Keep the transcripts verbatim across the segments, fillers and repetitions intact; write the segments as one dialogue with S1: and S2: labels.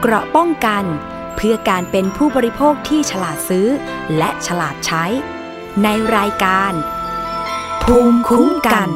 S1: เกราะป้องกันเพื่อการเป็นผู้บริโภคที่ฉลาดซื้อและฉลาดใช้ในรายการภูมิคุ้มกัน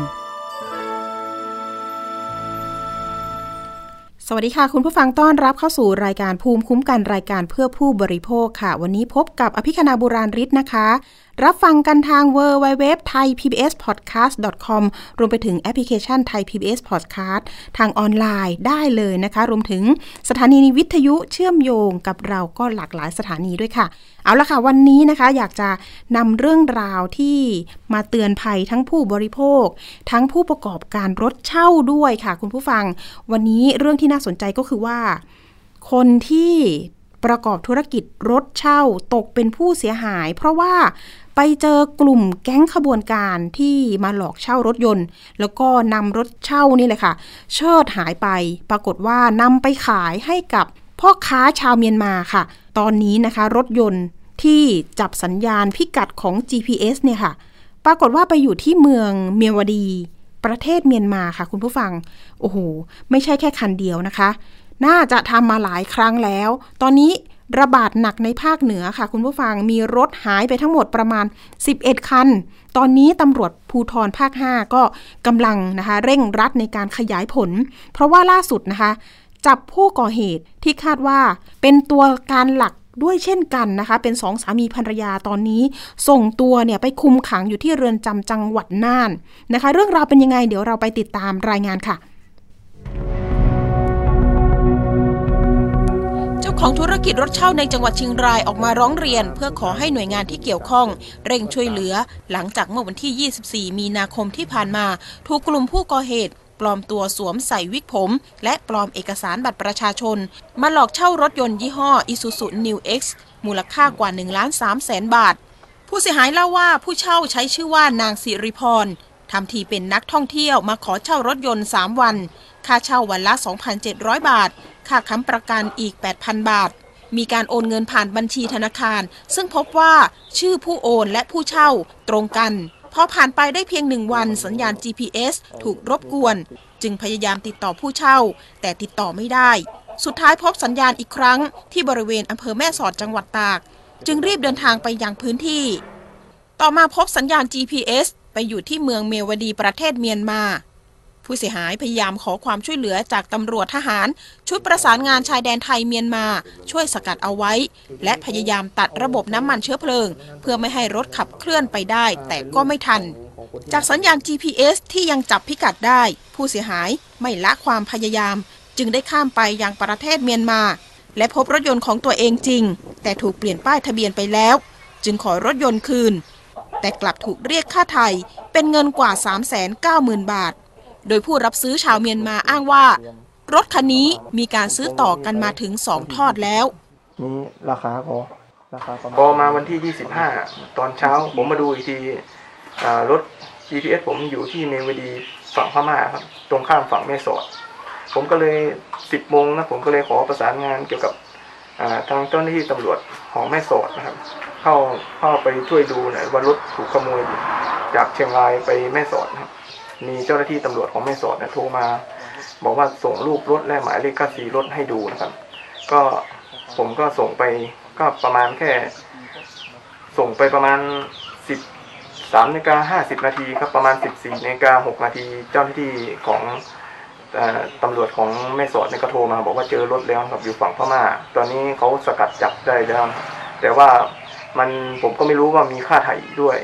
S2: สวัสดีค่ะคุณผู้ฟังต้อนรับเข้าสู่รายการภูมิคุ้มกันรายการเพื่อผู้บริโภคค่ะวันนี้พบกับอภิคณาบุราริศนะคะรับฟังกันทาง ดับเบิลยู ดับเบิลยู ดับเบิลยู ดอท ไทย พี บี เอส พอดแคสต์ ดอท คอม รวมไปถึงแอปพลิเคชัน Thai พี บี เอส Podcast ทางออนไลน์ได้เลยนะคะรวมถึงสถานีวิทยุเชื่อมโยงกับเราก็หลากหลายสถานีด้วยค่ะเอาละค่ะวันนี้นะคะอยากจะนำเรื่องราวที่มาเตือนภัยทั้งผู้บริโภคทั้งผู้ประกอบการรถเช่าด้วยค่ะคุณผู้ฟังวันนี้เรื่องที่น่าสนใจก็คือว่าคนที่ประกอบธุรกิจรถเช่าตกเป็นผู้เสียหายเพราะว่าไปเจอกลุ่มแก๊งขบวนการที่มาหลอกเช่ารถยนต์แล้วก็นำรถเช่านี่เลยค่ะเชิดหายไปปรากฏว่านำไปขายให้กับพ่อค้าชาวเมียนมาค่ะตอนนี้นะคะรถยนต์ที่จับสัญญาณพิกัดของ จี พี เอส เนี่ยค่ะปรากฏว่าไปอยู่ที่เมืองเมียวดีประเทศเมียนมาค่ะคุณผู้ฟังโอ้โหไม่ใช่แค่คันเดียวนะคะน่าจะทำมาหลายครั้งแล้วตอนนี้ระบาดหนักในภาคเหนือค่ะคุณผู้ฟังมีรถหายไปทั้งหมดประมาณสิบเอ็ดคันตอนนี้ตำรวจภูธรภาคห้าก็กำลังนะคะเร่งรัดในการขยายผลเพราะว่าล่าสุดนะคะจับผู้ก่อเหตุที่คาดว่าเป็นตัวการหลักด้วยเช่นกันนะคะเป็นสองสามีภรรยาตอนนี้ส่งตัวเนี่ยไปคุมขังอยู่ที่เรือนจำจังหวัดน่านนะคะเรื่องราวเป็นยังไงเดี๋ยวเราไปติดตามรายงานค่ะ
S3: ของธุรกิจรถเช่าในจังหวัดเชียงรายออกมาร้องเรียนเพื่อขอให้หน่วยงานที่เกี่ยวข้องเร่งช่วยเหลือหลังจากเมื่อวันที่ยี่สิบสี่มีนาคมที่ผ่านมาถูกกลุ่มผู้ก่อเหตุปลอมตัวสวมใส่วิกผมและปลอมเอกสารบัตรประชาชนมาหลอกเช่ารถยนต์ยี่ห้อ Isuzu New X มูลค่ากว่า หนึ่งล้านสามแสน บาทผู้เสียหายเล่าว่าผู้เช่าใช้ชื่อว่านางสิริพรทำทีเป็นนักท่องเที่ยวมาขอเช่ารถยนต์สามวันค่าเช่าวันละ สองพันเจ็ดร้อย บาทค่าค้ำประกันอีก แปดพัน บาทมีการโอนเงินผ่านบัญชีธนาคารซึ่งพบว่าชื่อผู้โอนและผู้เช่าตรงกันพอผ่านไปได้เพียงหนึ่งวันสัญญาณ จี พี เอส ถูกรบกวนจึงพยายามติดต่อผู้เช่าแต่ติดต่อไม่ได้สุดท้ายพบสัญญาณอีกครั้งที่บริเวณอำเภอแม่สอดจังหวัดตากจึงรีบเดินทางไปยังพื้นที่ต่อมาพบสัญญาณ จี พี เอส ไปอยู่ที่เมืองเมียวดีประเทศเมียนมาผู้เสียหายพยายามขอความช่วยเหลือจากตำรวจทหารชุดประสานงานชายแดนไทยเมียนมาช่วยสกัดเอาไว้และพยายามตัดระบบน้ำมันเชื้อเพลิงเพื่อไม่ให้รถขับเคลื่อนไปได้แต่ก็ไม่ทันจากสัญญาณ จี พี เอส ที่ยังจับพิกัดได้ผู้เสียหายไม่ละความพยายามจึงได้ข้ามไปยังประเทศเมียนมาและพบรถยนต์ของตัวเองจริงแต่ถูกเปลี่ยนป้ายทะเบียนไปแล้วจึงขอรถยนต์คืนแต่กลับถูกเรียกค่าไถ่เป็นเงินกว่า สามแสนเก้าหมื่น บาทโดยผู้รับซื้อชาวเมียนมาอ้างว่ารถคันนี้มีการซื้อต่อกันมาถึงสองทอดแล้ว
S4: นี่ราคาพอราคาพอมาวันที่ยี่สิบห้าตอนเช้าผมมาดูอีกทีรถ จี พี เอส ผมอยู่ที่เมียวดีฝั่งพม่าครับตรงข้ามฝั่งแม่สอดผมก็เลยสิบโมงนะผมก็เลยขอประสานงานเกี่ยวกับทางเจ้าหน้าที่ตำรวจของแม่สอดนะครับเข้าเข้าไปช่วยดูหน่อยว่ารถถูกขโมยจากเชียงรายไปแม่สอดครับมีเจ้าหน้าที่ตำรวจของแม่สอดนะโทรมาบอกว่าส่งรูปรถและหมายเลขค่าสีรถให้ดูนะครับก็ผมก็ส่งไปก็ประมาณแค่ส่งไปประมาณสิบสามนาฬิกาห้าสิบนาทีครับประมาณสิบสี่นาฬิกาหกนาทีเจ้าหน้าที่ของตำรวจของแม่สอดเนี่ยก็โทรมาบอกว่าเจอรถแล้วครับอยู่ฝั่งพม่าตอนนี้เขาสกัดจับได้แล้วแต่ว่ามันผมก็ไม่รู้ว่ามีค่าไถ่ด้วย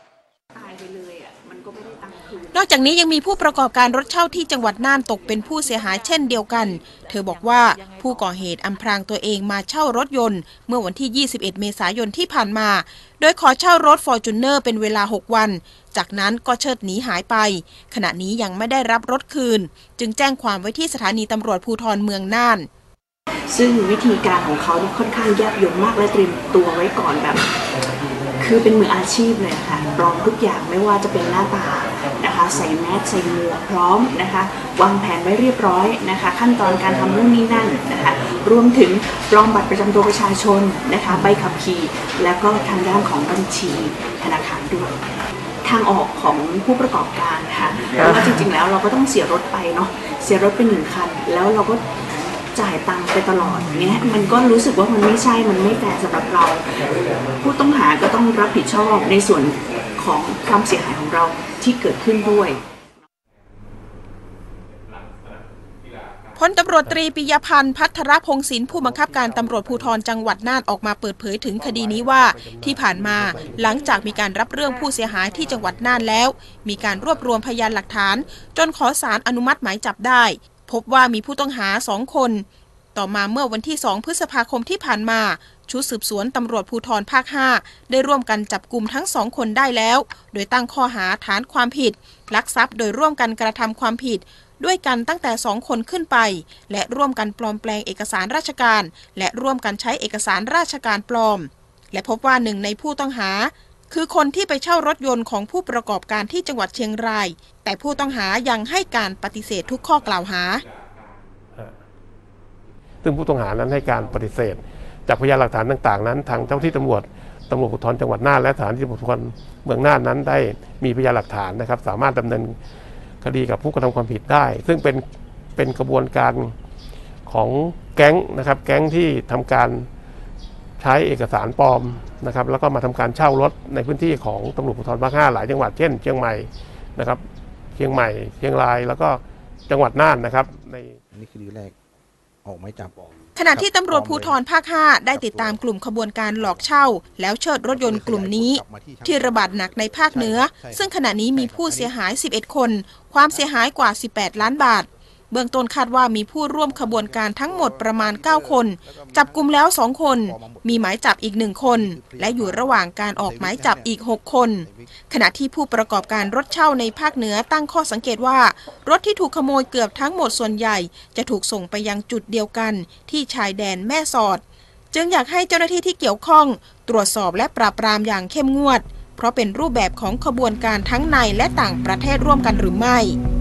S3: นอกจากนี้ยังมีผู้ประกอบการรถเช่าที่จังหวัดน่านตกเป็นผู้เสียหายเช่นเดียวกันเธอบอกว่าผู้ก่อเหตุอำพรางตัวเองมาเช่ารถยนต์เมื่อวันที่ยี่สิบเอ็ดเมษายนที่ผ่านมาโดยขอเช่ารถ Fortuner เป็นเวลาหกวันจากนั้นก็เชิดหนีหายไปขณะนี้ยังไม่ได้รับรถคืนจึงแจ้งความไว้ที่สถานีตำรวจภูธรเมืองน่าน
S5: ซึ่งวิธีการของเขานี่ค่อนข้างแยบยลมากและเตรียมตัวไว้ก่อนแบบคือเป็นมืออาชีพเลยค่ะปลอมทุกอย่างไม่ว่าจะเป็นหน้าตานะคะใส่แมสใส่หมวกพร้อมนะคะวางแผนไว้เรียบร้อยนะคะขั้นตอนการทำนู่นนี่นั่นนะคะรวมถึงปลอมบัตรประจำตัวประชาชนนะคะใบขับขี่แล้วก็ทางด้านของบัญชีธนาคารด้วยทางออกของผู้ประกอบการค่ะเพราะว่าจริงๆแล้วเราก็ต้องเสียรถไปเนาะเสียรถไปหนึ่งคันแล้วเราก็จ่ายตังค์ไปตลอดอย่างเงี้ยมันก็รู้สึกว่ามันไม่ใช่มันไม่แฟร์สำหรับเราผู้ต้องหาก็ต้องรับผิดชอบในส่วนของความเสียหายของเราที่เกิดขึ้นด้วย
S3: พลตำรวจตรีปิยพันธ์พัทรพงศินผู้บังคับการตำรวจภูธรจังหวัดน่านออกมาเปิดเผยถึงคดีนี้ว่าที่ผ่านมาหลังจากมีการรับเรื่องผู้เสียหายที่จังหวัดน่านแล้วมีการรวบรวมพยานหลักฐานจนขอศาลอนุมัติหมายจับได้พบว่ามีผู้ต้องหาสองคนต่อมาเมื่อวันที่สองพฤษภาคมที่ผ่านมาชุดสืบสวนตำรวจภูธรภาคห้าได้ร่วมกันจับกุมทั้งสองคนได้แล้วโดยตั้งข้อหาฐานความผิดลักทรัพย์โดยร่วมกันกระทำความผิดด้วยกันตั้งแต่สองคนขึ้นไปและร่วมกันปลอมแปลงเอกสารราชการและร่วมกันใช้เอกสารราชการปลอมและพบว่าหนึ่งในผู้ต้องหาคือคนที่ไปเช่ารถยนต์ของผู้ประกอบการที่จังหวัดเชียงรายแต่ผู้ต้องหายังให้การปฏิเสธทุกข้อกล่าวหา
S6: ซึ่งผู้ต้องหานั้นให้การปฏิเสธจากพยานหลักฐานต่างๆนั้นทางเจ้าที่ตำรวจตำรวจภูธรจังหวัดน่านและสถานีตำรวจภูธรเมืองน่านนั้นได้มีพยานหลักฐานนะครับสามารถดำเนินคดีกับผู้กระทำความผิดได้ซึ่งเป็นเป็นกระบวนการของแก๊งนะครับแก๊งที่ทำการใช้เอกสารปลอมนะครับแล้วก็มาทำการเช่ารถในพื้นที่ของตำรวจภูธรภาคห้าหลายจังหวัดเช่นเชียงใหม่นะครับเชียงใหม่เชียงรายแล้วก็จังหวัดน่านนะครับใน
S7: นี่คือแรกออกหมายจับ
S3: ขณะที่ตำรวจภูธรภาคห้าได้ติดตามกลุ่มขบวนการหลอกเช่าแล้วเชิดรถยนต์กลุ่มนี้ที่ระบาดหนักในภาคเหนือซึ่งขณะนี้มีผู้เสียหายสิบเอ็ดคนความเสียหายกว่าสิบแปดล้านบาทเบื้องต้นคาดว่ามีผู้ร่วมขบวนการทั้งหมดประมาณเก้าคนจับกุมแล้วสองคนมีหมายจับอีกหนึ่งคนและอยู่ระหว่างการออกหมายจับอีกหกคนขณะที่ผู้ประกอบการรถเช่าในภาคเหนือตั้งข้อสังเกตว่ารถที่ถูกขโมยเกือบทั้งหมดส่วนใหญ่จะถูกส่งไปยังจุดเดียวกันที่ชายแดนแม่สอดจึงอยากให้เจ้าหน้าที่ที่เกี่ยวข้องตรวจสอบและปราบปรามอย่างเข้มงวดเพราะเป็นรูปแบบของขบวนการทั้งในและต่างประเทศร่วมกันหรือไม่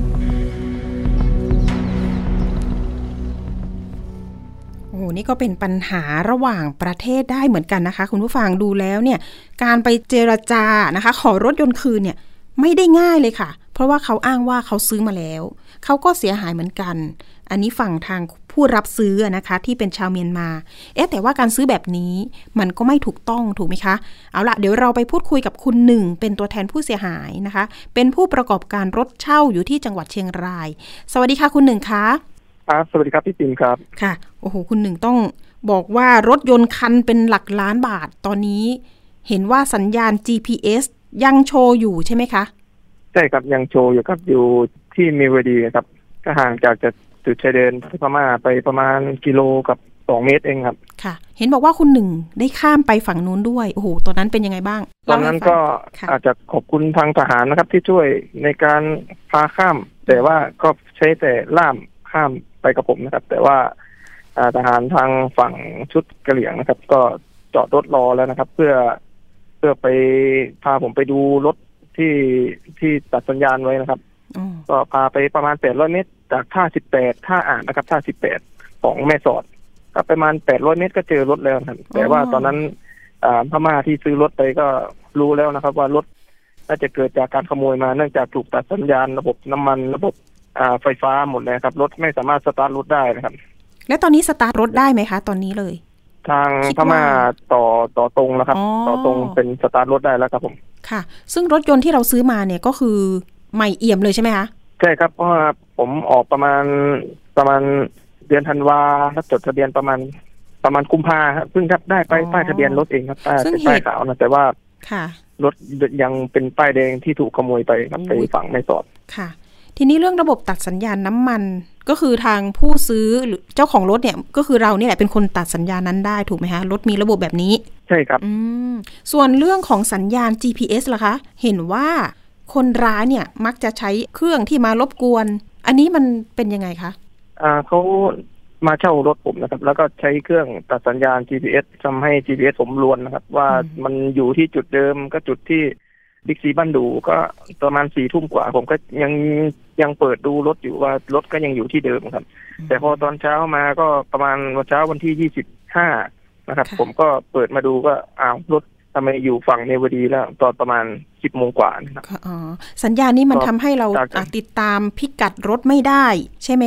S2: โอ้โหนี่ก็เป็นปัญหาระหว่างประเทศได้เหมือนกันนะคะคุณผู้ฟังดูแล้วเนี่ยการไปเจรจานะคะขอรถยนต์คืนเนี่ยไม่ได้ง่ายเลยค่ะเพราะว่าเขาอ้างว่าเขาซื้อมาแล้วเขาก็เสียหายเหมือนกันอันนี้ฝั่งทางผู้รับซื้อนะคะที่เป็นชาวเมียนมาเอ๊ะแต่ว่าการซื้อแบบนี้มันก็ไม่ถูกต้องถูกไหมคะเอาละเดี๋ยวเราไปพูดคุยกับคุณหนึ่งเป็นตัวแทนผู้เสียหายนะคะเป็นผู้ประกอบการรถเช่าอยู่ที่จังหวัดเชียงรายสวัสดีค่ะคุณหนึ่งคะ
S8: ครับสวัสดีครับพี่ปิ่มครับ
S2: ค่ะโอ้โหคุณหนึ่งต้องบอกว่ารถยนต์คันเป็นหลักล้านบาทตอนนี้เห็นว่าสัญญาณ จี พี เอส ยังโชว์อยู่ใช่ไหมคะ
S8: ใช่ครับยังโชว์อยู่ครับอยู่ที่เมวดีครับก็ห่างจากจุดชายแดนพม่าไปประมาณกิโลกับสองเมตรเองครับ
S2: ค่ะเห็นบอกว่าคุณหนึ่งได้ข้ามไปฝั่งนู้นด้วยโอ้โหตอนนั้นเป็นยังไงบ้าง
S8: ตอนนั้นก็อาจจะขอบคุณทางทหารนะครับที่ช่วยในการพาข้ามแต่ว่าก็ใช้แต่ล่ามข้ามไปกับผมนะครับแต่ว่าทหารทางฝั่งชุดกะเหรี่ยงนะครับก็จอดรถรอแล้วนะครับเพื่อเพื่อไปพาผมไปดูรถที่ที่ตัดสัญญาณไว้นะครับก็พาไปประมาณแปดร้อยเมตรจากท่าสิบแปดท่าอ่างนะครับท่าสิบแปดของแม่สอดก็ประมาณแปดร้อยเมตรก็เจอรถแล้วครับแต่ว่าตอนนั้นพม่าที่ซื้อรถไปก็รู้แล้วนะครับว่ารถน่าจะเกิดจากการขโมยมาเนื่องจากถูกตัดสัญญาณระบบน้ำมันระบบไฟฟ้าหมดเลยครับรถไม่สามารถสตาร์ทรถได้นะครับ
S2: และตอนนี้สตาร์ทรถได้ไหมคะตอนนี้เลย
S8: ทางพม่าต่อต่อตรงแล้วครับต่อตรงเป็นสตาร์ทรถได้แล้วครับผม
S2: ค่ะซึ่งรถยนต์ที่เราซื้อมาเนี่ยก็คือใหม่เอี่ยมเลยใช่ไหมคะ
S8: ใช่ครับเพราะว่าผมออกประมาณประมาณเดือนธันวาแล้วจดทะเบียนประมาณประมาณกุมภาครับเพิ่งได้ไปป้ายทะเบียนรถเองครับป้ายเป็นป้ายขาวนะแต่ว่า
S2: ค่ะ
S8: รถยังเป็นป้ายแดงที่ถูกขโมยไปครับไปฝั่งแม่สอด
S2: ค่ะทีนี้เรื่องระบบตัดสัญญาณน้ำมันก็คือทางผู้ซื้อหรือเจ้าของรถเนี่ยก็คือเราเนี่ยแหละเป็นคนตัดสัญญาณนั้นได้ถูกไหมคะรถมีระบบแบบนี้
S8: ใช่ครับ
S2: อืมส่วนเรื่องของสัญญาณ จี พี เอส ล่ะคะเห็นว่าคนร้ายเนี่ยมักจะใช้เครื่องที่มารบกวนอันนี้มันเป็นยังไงคะ
S8: อ่าเขามาเช่ารถผมนะครับแล้วก็ใช้เครื่องตัดสัญญาณ จี พี เอส ทำให้ จี พี เอส ผมลวนนะครับว่ามันอยู่ที่จุดเดิมก็จุดที่บิ๊กซีบ้านดูก็ประมาณสี่ทุ่มกว่าผมก็ยังยังเปิดดูรถอยู่ว่ารถก็ยังอยู่ที่เดิมครับแต่พอตอนเช้ามาก็ประมาณวันเช้าวันที่ยี่สิบห้านะครับผมก็เปิดมาดูก็อ้าวรถทำไมอยู่ฝั่งเนวดีแล้วตอนประมาณสิบโมงกว่านะครับ
S2: อ๋อสัญญาณนี้มันทำให้เราติดตามพิกัดรถไม่ได้ใช่ไหมคะ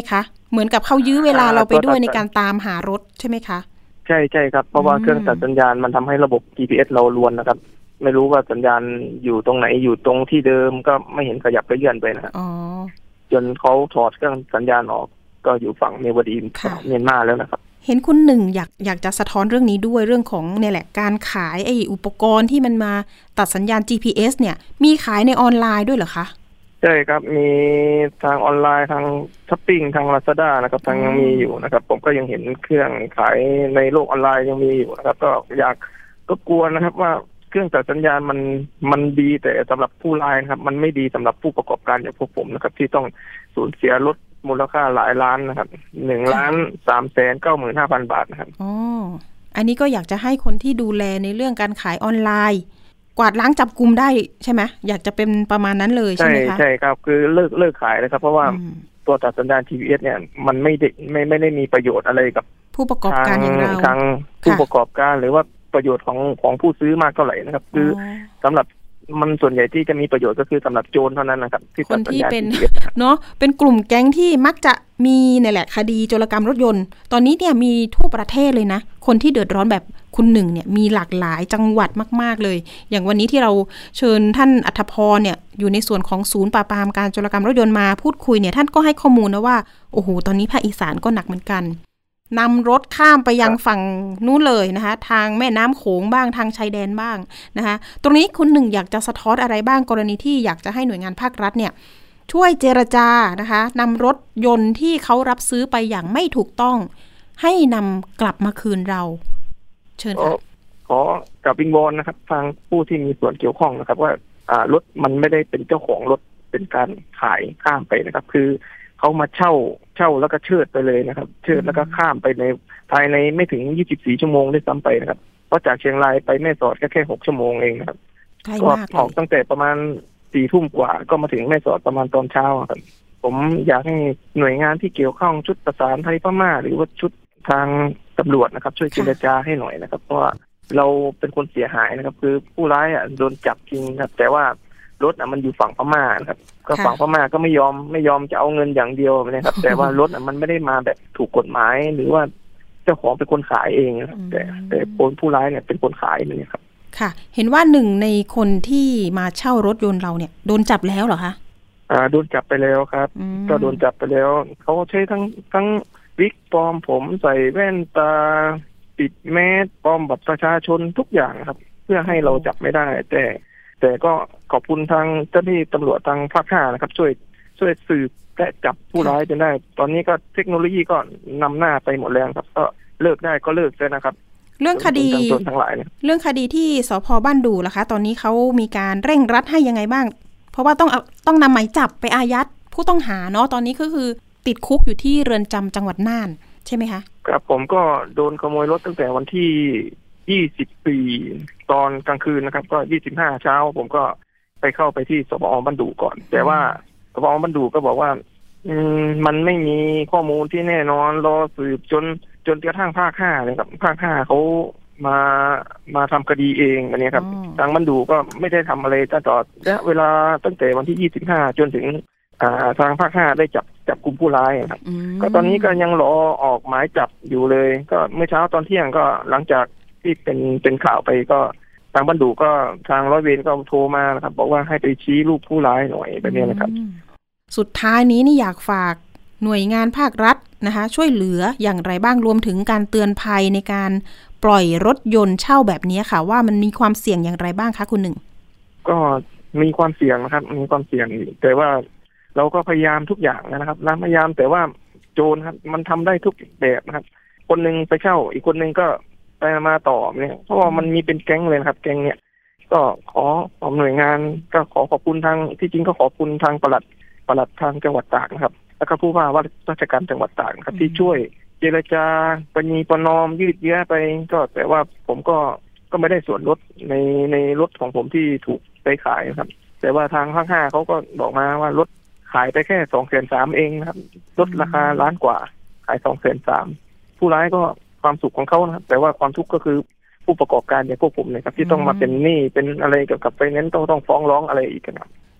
S2: เหมือนกับเขายื้อเวลาเราไปด้วยในการตามหารถใช่ไหมคะ
S8: ใช่ใช่ครับเพราะว่าเครื่องตัดสัญญาณมันทำให้ระบบ จี พี เอส เรารวนนะครับไม่รู้ว่าสัญญาณอยู่ตรงไหนอยู่ตรงที่เดิมก็ไม่เห็นขยับไปเลื่อนไปนะครับจนเขาถอดเครื่องสัญญาณออกก็อยู่ฝั่งเมียวดีเมียนมาแล้วนะครับ
S2: เห็นคุณหนึ่งอยากอยากจะสะท้อนเรื่องนี้ด้วยเรื่องของเนี่ยแหละการขายไอ้อุปกรณ์ที่มันมาตัดสัญญาณ จี พี เอส เนี่ยมีขายในออนไลน์ด้วยเหรอคะ
S8: ใช่ครับมีทางออนไลน์ทางช้อปปิ้งทาง Lazada นะครับทางยังมีอยู่นะครับผมก็ยังเห็นเครื่องขายในโลกออนไลน์ยังมีอยู่นะครับก็อยากก็กลัวนะครับว่าเครื่องตัดสัญญาณมันมันดีแต่สำหรับผู้ร้ายนะครับมันไม่ดีสำหรับผู้ประกอบการอย่างพวกผมนะครับที่ต้องสูญเสียรถมูลค่าหลายล้านนะครับหนึ่งล้านสามแสนเก้าหมื่นห้าพันบาทนะครับ
S2: อ๋ออันนี้ก็อยากจะให้คนที่ดูแลในเรื่องการขายออนไลน์กวาดล้างจับกุมได้ใช่ไหมอยากจะเป็นประมาณนั้นเลยใช่ไหมคะ
S8: ใช่ใช่ครับคือเลิกเลิกขายเลยครับเพราะว่าตัวตัดสัญญาณ ที พี เอส เนี่ยมันไม่ได้ไม่ไม่ได้มีประโยชน์อะไรกับ
S2: ผู้ประกอบการอย่างเรา
S8: ทางผู้ประกอบการหรือว่าประโยชน์ของของผู้ซื้อมากเท่าไหร่นะครับคือสำหรับมันส่วนใหญ่ที่จะมีประโยชน์ก็คือสำหรับโจรเท่านั้นนะครับ
S2: ที่คนที่เป็นเนาะเป็นกลุ่มแก๊งที่มักจะมีเนี่ยแหละคดีโจรกรรมรถยนต์ตอนนี้เนี่ยมีทั่วประเทศเลยนะคนที่เดือดร้อนแบบคุณหนึ่งเนี่ยมีหลากหลายจังหวัดมากๆเลยอย่างวันนี้ที่เราเชิญท่านอัธพรเนี่ยอยู่ในส่วนของศูนย์ปราบปรามการโจรกรรมรถยนต์มาพูดคุยเนี่ยท่านก็ให้ข้อมูลนะว่าโอ้โหตอนนี้ภาคอีสานก็หนักเหมือนกันนำรถข้ามไปยังฝั่งนู้นเลยนะคะทางแม่น้ำโขงบ้างทางชายแดนบ้างนะคะตรงนี้คุณหนึ่งอยากจะสะท้อนอะไรบ้างกรณีที่อยากจะให้หน่วยงานภาครัฐเนี่ยช่วยเจรจานะคะนำรถยนต์ที่เขารับซื้อไปอย่างไม่ถูกต้องให้นำกลับมาคืนเราเชิญค่ะ
S8: ขอกับวิงวอนนะครับทางผู้ที่มีส่วนเกี่ยวข้องนะครับว่าอ่ารถมันไม่ได้เป็นเจ้าของรถเป็นการขายข้ามไปนะครับคือเขามาเช่าเช่าแล้วก็เชิดไปเลยนะครับเชิดแล้วก็ข้ามไปในภายในไม่ถึงยี่สิบสี่ชั่วโมงได้ซ้ำไปนะครับเพราะจากเชียงรายไปแม่สอดก็แค่หกชั่วโมงเองนะครับก็ออกตั้งแต่ประมาณสี่ทุ่มกว่าก็มาถึงแม่สอดประมาณตอนเช้าครับผมอยากให้หน่วยงานที่เกี่ยวข้องชุดประสานไทยพม่าหรือว่าชุดทางตำรวจนะครับช่วยเจรจาให้หน่อยนะครับเพราะว่าเราเป็นคนเสียหายนะครับคือผู้ร้ายอ่ะโดนจับจริงครับแต่ว่ารถอ่ะมันอยู่ฝั่งพม่านะครับก็ฝั่งพม่าก็ไม่ยอมไม่ยอมจะเอาเงินอย่างเดียวนะครับแต่ว่ารถอ่ะมันไม่ได้มาแบบถูกกฎหมายหรือว่าเจ้าของเป็นคนขายเองนะครับแต่แต่คนผู้ร้ายเนี่ยเป็นคนขายนี่ครับ
S2: ค่ะเห็นว่าหนึ่งในคนที่มาเช่ารถยนต์เราเนี่ยโดนจับแล้วเหรอคะ
S8: อ่าโดนจับไปแล้วครับก็โดนจับไปแล้วเขาใช้ทั้งทั้งวิกปลอมผมใส่แว่นตาปิดแมสปลอมบัตรประชาชนทุกอย่างครับเพื่อให้เราจับไม่ได้แต่แต่ก็ขอบคุณทางเจ้าหน้าที่ตำรวจทางภาคห้านะครับช่วยช่วยสืบและจับผู้ร้ายจนได้ตอนนี้ก็เทคโนโลยีก็นำหน้าไปหมดแล้วครับก็เลิกได้ก็เลิกเลยนะครับ
S2: เรื่องคดีทั้งหลายเนี่ยเรื่องคดีที่สภ.บ้านดูล่ะคะตอนนี้เขามีการเร่งรัดให้ยังไงบ้างเพราะว่าต้องต้องนำหมายจับไปอายัดผู้ต้องหาเนาะตอนนี้ก็คือติดคุกอยู่ที่เรือนจำจังหวัดน่านใช่ไหมคะ
S8: ครับผมก็โดนขโมยรถตั้งแต่วันที่ยี่สิบสี่ตอนกลางคืนนะครับก็ยี่สิบห้าเช้าผมก็ไปเข้าไปที่สภ.บ้านดูก่อนแต่ว่าสภ.บ้านดูก็บอกว่าอืมมันไม่มีข้อมูลที่แน่นอนรอสืบจนจนกระทั่งภาคห้าเลยครับภาคห้าเขามามาทำคดีเองอันนี้ครับทางบ้านดูก็ไม่ได้ทำอะไรตลอดและเวลาตั้งแต่วันที่ยี่สิบห้าจนถึงอ่าทางภาคห้าได้จับจับกลุ่มผู้ร้ายครับก็ตอนนี้ก็ยังรอออกหมายจับอยู่เลยก็เมื่อเช้าตอนเที่ยงก็หลังจากที่เป็นเป็นข่าวไปก็ทางบ้านดูก็ทางร้อยเวรก็โทรมานะครับบอกว่าให้ไปชี้รูปผู้ร้ายหน่อยแบบนี้นะครับ
S2: สุดท้ายนี้นี่อยากฝากหน่วยงานภาครัฐนะคะช่วยเหลืออย่างไรบ้างรวมถึงการเตือนภัยในการปล่อยรถยนต์เช่าแบบนี้ค่ะว่ามันมีความเสี่ยงอย่างไรบ้างคะคุณหนึ่ง
S8: ก็มีความเสี่ยงนะครับมีความเสี่ยงแต่ว่าเราก็พยายามทุกอย่างนะครับเราพยายามแต่ว่าโจรครับมันทำได้ทุกแบบนะครับคนนึงไปเช่าอีกคนนึงก็ไปมาต่อเนี่ยเพราะว่ามันมีเป็นแก๊งเลยครับแก๊งเนี่ยก็ขอขอหน่วยงานก็ขอขอบคุณทางที่จริงก็ขอบคุณทางปลัดปลัดทางจังหวัดตากนะครับแล้วก็ผู้ว่าราชการจังหวัดตากครับที่ช่วยเจรจาปณีประนอมยืดเยื้อไปก็แต่ว่าผมก็ก็ไม่ได้ส่วนลดในในรถของผมที่ถูกไปขายครับแต่ว่าทางภาคห้าเขาก็บอกมาว่ารถขายไปแค่สองแสนสามเองครับลดราคาล้านกว่าขายสองแสนสามผู้ร้ายก็ความสุขของเขานะครับแต่ว่าความทุกข์ก็คือผู้ประกอบการอย่างพวกผมเนี่ยครับที่ต้องมาเป็นหนี้เป็นอะไรเกี่ยวกับไฟแนนซ์ต้องต้องฟ้องร้องอะไรอีกนะครับ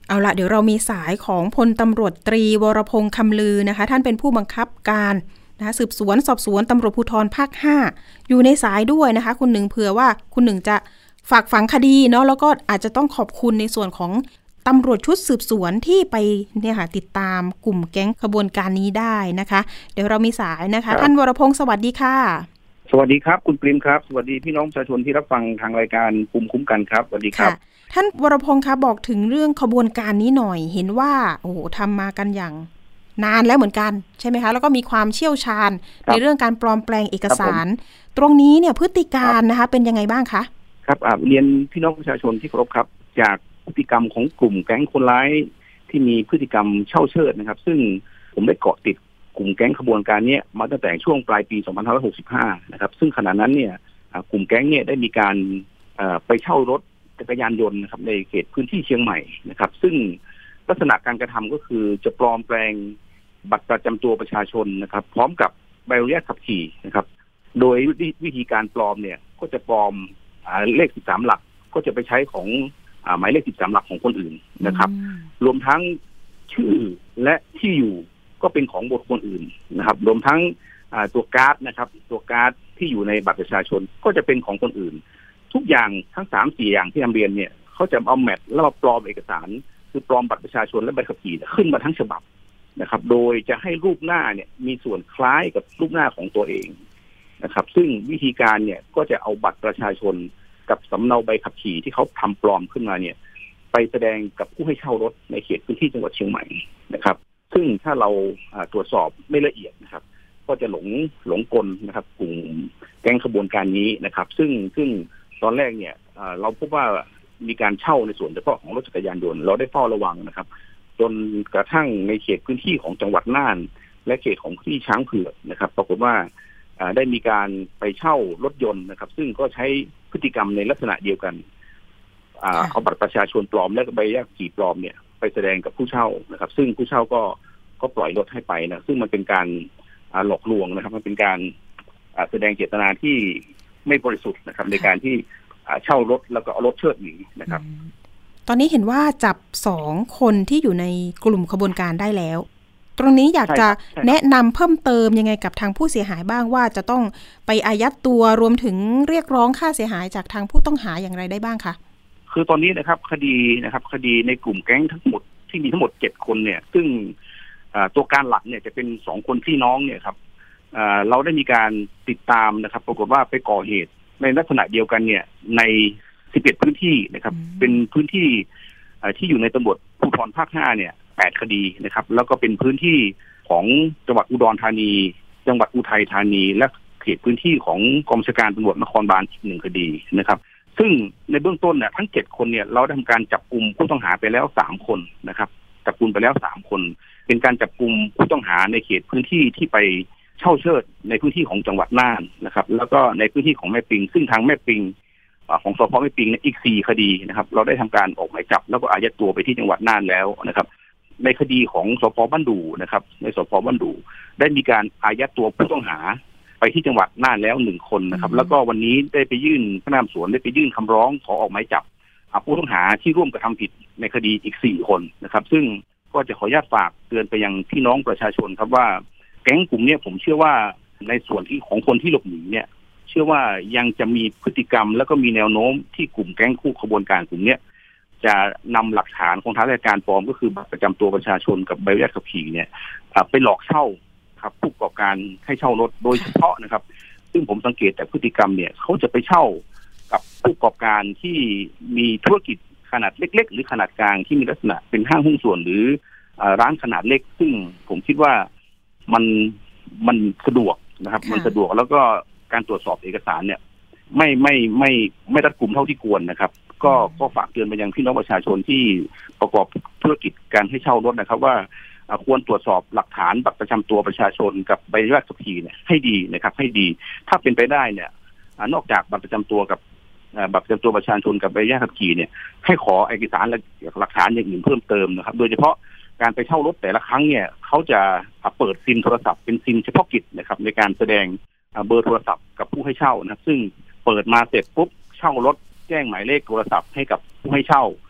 S2: เอาละเดี๋ยวเรามีสายของพลตำรวจตรีวรพงษ์คำลือนะคะท่านเป็นผู้บังคับการนะคะสืบสวนสอบสวนตำรวจภูธรภาคห้าอยู่ในสายด้วยนะคะคุณหนึ่งเผื่อว่าคุณหนึ่งจะฝากฝังคดีเนาะแล้วก็อาจจะต้องขอบคุณในส่วนของตำรวจชุดสืบสวนที่ไปเนี่ยค่ะติดตามกลุ่มแก๊งขบวนการนี้ได้นะคะเดี๋ยวเรามีสายนะคะท่านวรพงษ์สวัสดีค่ะ
S9: สวัสดีครับคุณปริมครับสวัสดีพี่น้องประชาชนที่รับฟังทางรายการภูมิคุ้มกันครับสวัสดีครับ
S2: ท่านวรพงษ์คะบอกถึงเรื่องขบวนการนี้หน่อยเห็นว่าโอ้โหทำมากันอย่างนานแล้วเหมือนกันใช่ไหมคะแล้วก็มีความเชี่ยวชาญในเรื่องการปลอมแปลงเอกสารตรงนี้เนี่ยพฤติการนะคะเป็นยังไงบ้างคะ
S9: ครับเรียนพี่น้องประชาชนที่เคารพครับจากพฤติกรรมของกลุ่มแก๊งคนร้ายที่มีพฤติกรรมเช่าเชิดนะครับซึ่งผมได้เกาะติดกลุ่มแก๊งขบวนการนี้มาตั้งแต่ช่วงปลายปีสองพันห้าร้อยหกสิบห้านะครับซึ่งขณะนั้นเนี่ยกลุ่มแก๊งเนี่ยได้มีการไปเช่ารถจักรยานยนต์นะครับในเขตพื้นที่เชียงใหม่นะครับซึ่งลักษณะการกระทำก็คือจะปลอมแปลงบัตรประจำตัวประชาชนนะครับพร้อมกับใบอนุญาตขับขี่นะครับโดยวิธีการปลอมเนี่ยก็จะปลอมเลขสิบสามหลักก็จะไปใช้ของหมายเลขสิบสามหลักของคนอื่นนะครับรวมทั้งชื่อและที่อยู่ก็เป็นของบุคคลอื่นนะครับรวมทั้งตัวการ์ดนะครับตัวการ์ดที่อยู่ในบัตรประชาชนก็จะเป็นของคนอื่นทุกอย่างทั้งสามสี่อย่างที่นำเรียนเนี่ยเขาจะเอาแมทแล้วมาปลอมเอกสารคือปลอมบัตรประชาชนและใบขับขี่ขึ้นมาทั้งฉบับนะครับโดยจะให้รูปหน้าเนี่ยมีส่วนคล้ายกับรูปหน้าของตัวเองนะครับซึ่งวิธีการเนี่ยก็จะเอาบัตรประชาชนกับสำเนาใบขับขี่ที่เขาทำปลอมขึ้นมาเนี่ยไปแสดงกับผู้ให้เช่ารถในเขตพื้นที่จังหวัดเชียงใหม่นะครับซึ่งถ้าเราตรวจสอบไม่ละเอียดนะครับก็จะหลงหลงกลนะครับกลุ่มแก๊งขบวนการนี้นะครับซึ่งซึ่งตอนแรกเนี่ยเราพบว่ามีการเช่าในส่วนเฉพาะของรถจักรยานยนต์เราได้เฝ้าระวังนะครับจนกระทั่งในเขตพื้นที่ของจังหวัดน่านและเขตของที่ช้างเผือกนะครับปรากฏว่าได้มีการไปเช่ารถยนต์นะครับซึ่งก็ใช้พฤติกรรมในลักษณะเดียวกันเอาบัตรประชาชนปลอมและใบอนุญาตขี่ปลอมเนี่ยไปแสดงกับผู้เช่านะครับซึ่งผู้เช่าก็ก็ปล่อยรถให้ไปนะซึ่งมันเป็นการหลอกลวงนะครับมันเป็นการแสดงเจตนาที่ไม่บริสุทธิ์นะครับในการที่เช่ารถแล้วก็เอารถเชิดหนีนะครับ
S2: ตอนนี้เห็นว่าจับสองคนที่อยู่ในกลุ่มขบวนการได้แล้วตรงนี้อยากจะแนะนำเพิ่มเติมยังไงกับทางผู้เสียหายบ้างว่าจะต้องไปอายัดตัวรวมถึงเรียกร้องค่าเสียหายจากทางผู้ต้องหาอย่างไรได้บ้างคะ
S9: คือตอนนี้นะครับคดีนะครับคดีในกลุ่มแก๊งทั้งหมดที่มีทั้งหมดเจ็ดคนเนี่ยซึ่งตัวการหลักเนี่ยจะเป็นสองคนพี่น้องเนี่ยครับเราได้มีการติดตามนะครับปรากฏว่าไปก่อเหตุในลักษณะเดียวกันเนี่ยในสิบเอ็ดพื้นที่นะครับเป็นพื้นที่ที่อยู่ในตำรวจภูธรภาคห้าเนี่ยแปดคดีนะครับแล้วก็เป็นพื้นที่ของจังหวัดอุดรธานีจังหวัดอุทัยธานีและเขตพื้นที่ของกองบัญชาการตำรวจนครบาลอีกหนึ่งคดีนะครับซึ่งในเบื้องต้นเนี่ยทั้งเจ็ดคนเนี่ยเราได้ทำการจับกลุ่มผู้ต้องหาไปแล้วสามคนนะครับจับกลุ่มไปแล้วสามคนเป็นการจับกลุ่มผู้ต้องหาในเขตพื้นที่ที่ไปเช่าเชิดในพื้นที่ของจังหวัดน่านนะครับแล้วก็ในพื้นที่ของแม่ปิงซึ่งทางแม่ปิงของสพแม่ปิงเนี่ยอีกสี่คดีนะครับเราได้ทำการออกหมายจับแล้วก็อายัดตัวไปที่จังหวัดน่านแล้วนะครับในคดีของสพบ้านดูนะครับในสพบ้านดูได้มีการอายัดตัวผู้ต้องหาไปที่จังหวัดน่านแล้วหนึ่งคนนะครับแล้วก็วันนี้ได้ไปยื่นพนักงานสวนได้ไปยื่นคำร้องขอออกหมายจับผู้ต้องหาที่ร่วมกระทำผิดในคดีอีกสี่คนนะครับซึ่งก็จะขออนุญาตฝากเตือนไปยังพี่น้องประชาชนครับว่าแก๊งกลุ่มนี้ผมเชื่อว่าในส่วนที่ของคนที่หลบหนีเนี่ยเชื่อว่ายังจะมีพฤติกรรมแล้วก็มีแนวโน้มที่กลุ่มแก๊งคู่ขบวนการกลุ่มนี้จะนำหลักฐานของทางราชการปลอมก็คือบัตรประจำตัวประชาชนกับใบอนุญาตขับขี่เนี่ยไปหลอกเช่าครับผู้ประกอบการให้เช่ารถโดยเฉพาะนะครับซึ่งผมสังเกตแต่พฤติกรรมเนี่ยเขาจะไปเช่ากับผู้ประกอบการที่มีธุรกิจขนาดเล็กๆหรือขนาดกลางที่มีลักษณะเป็นห้างหุ้นส่วนหรือร้านขนาดเล็กซึ่งผมคิดว่ามันมันสะดวกนะครับมันสะดวกแล้วก็การตรวจสอบเอกสารเนี่ยไม่ไม่ไม่ไม่รัดกุมเท่าที่ควรนะครับก็ก็ฝากเตือนไปยังพี่น้องประชาชนที่ประกอบธุรกิจการให้เช่ารถนะครับว่าควรตรวจสอบหลักฐานบัตรประจำตัวประชาชนกับใบอนุญาตขับขี่เนี่ยให้ดีนะครับให้ดีถ้าเป็นไปได้เนี่ยนอกจากบัตรประจำตัวกับบัตรประจำตัวประชาชนกับใบอนุญาตขับขี่เนี่ยให้ขอเอกสารหลักฐานอย่างอื่นเพิ่มเติมนะครับโดยเฉพาะการไปเช่ารถแต่ละครั้งเนี่ยเขาจะเปิดซิมโทรศัพท์เป็นซิมเฉพาะกิจนะครับในการแสดงเบอร์โทรศัพท์กับผู้ให้เช่านะครับซึ่งเปิดมาเสร็จปุ๊บเช่ารถแจ้งหมายเลขโทรศัพท์ให้กับผู้ให้เช่า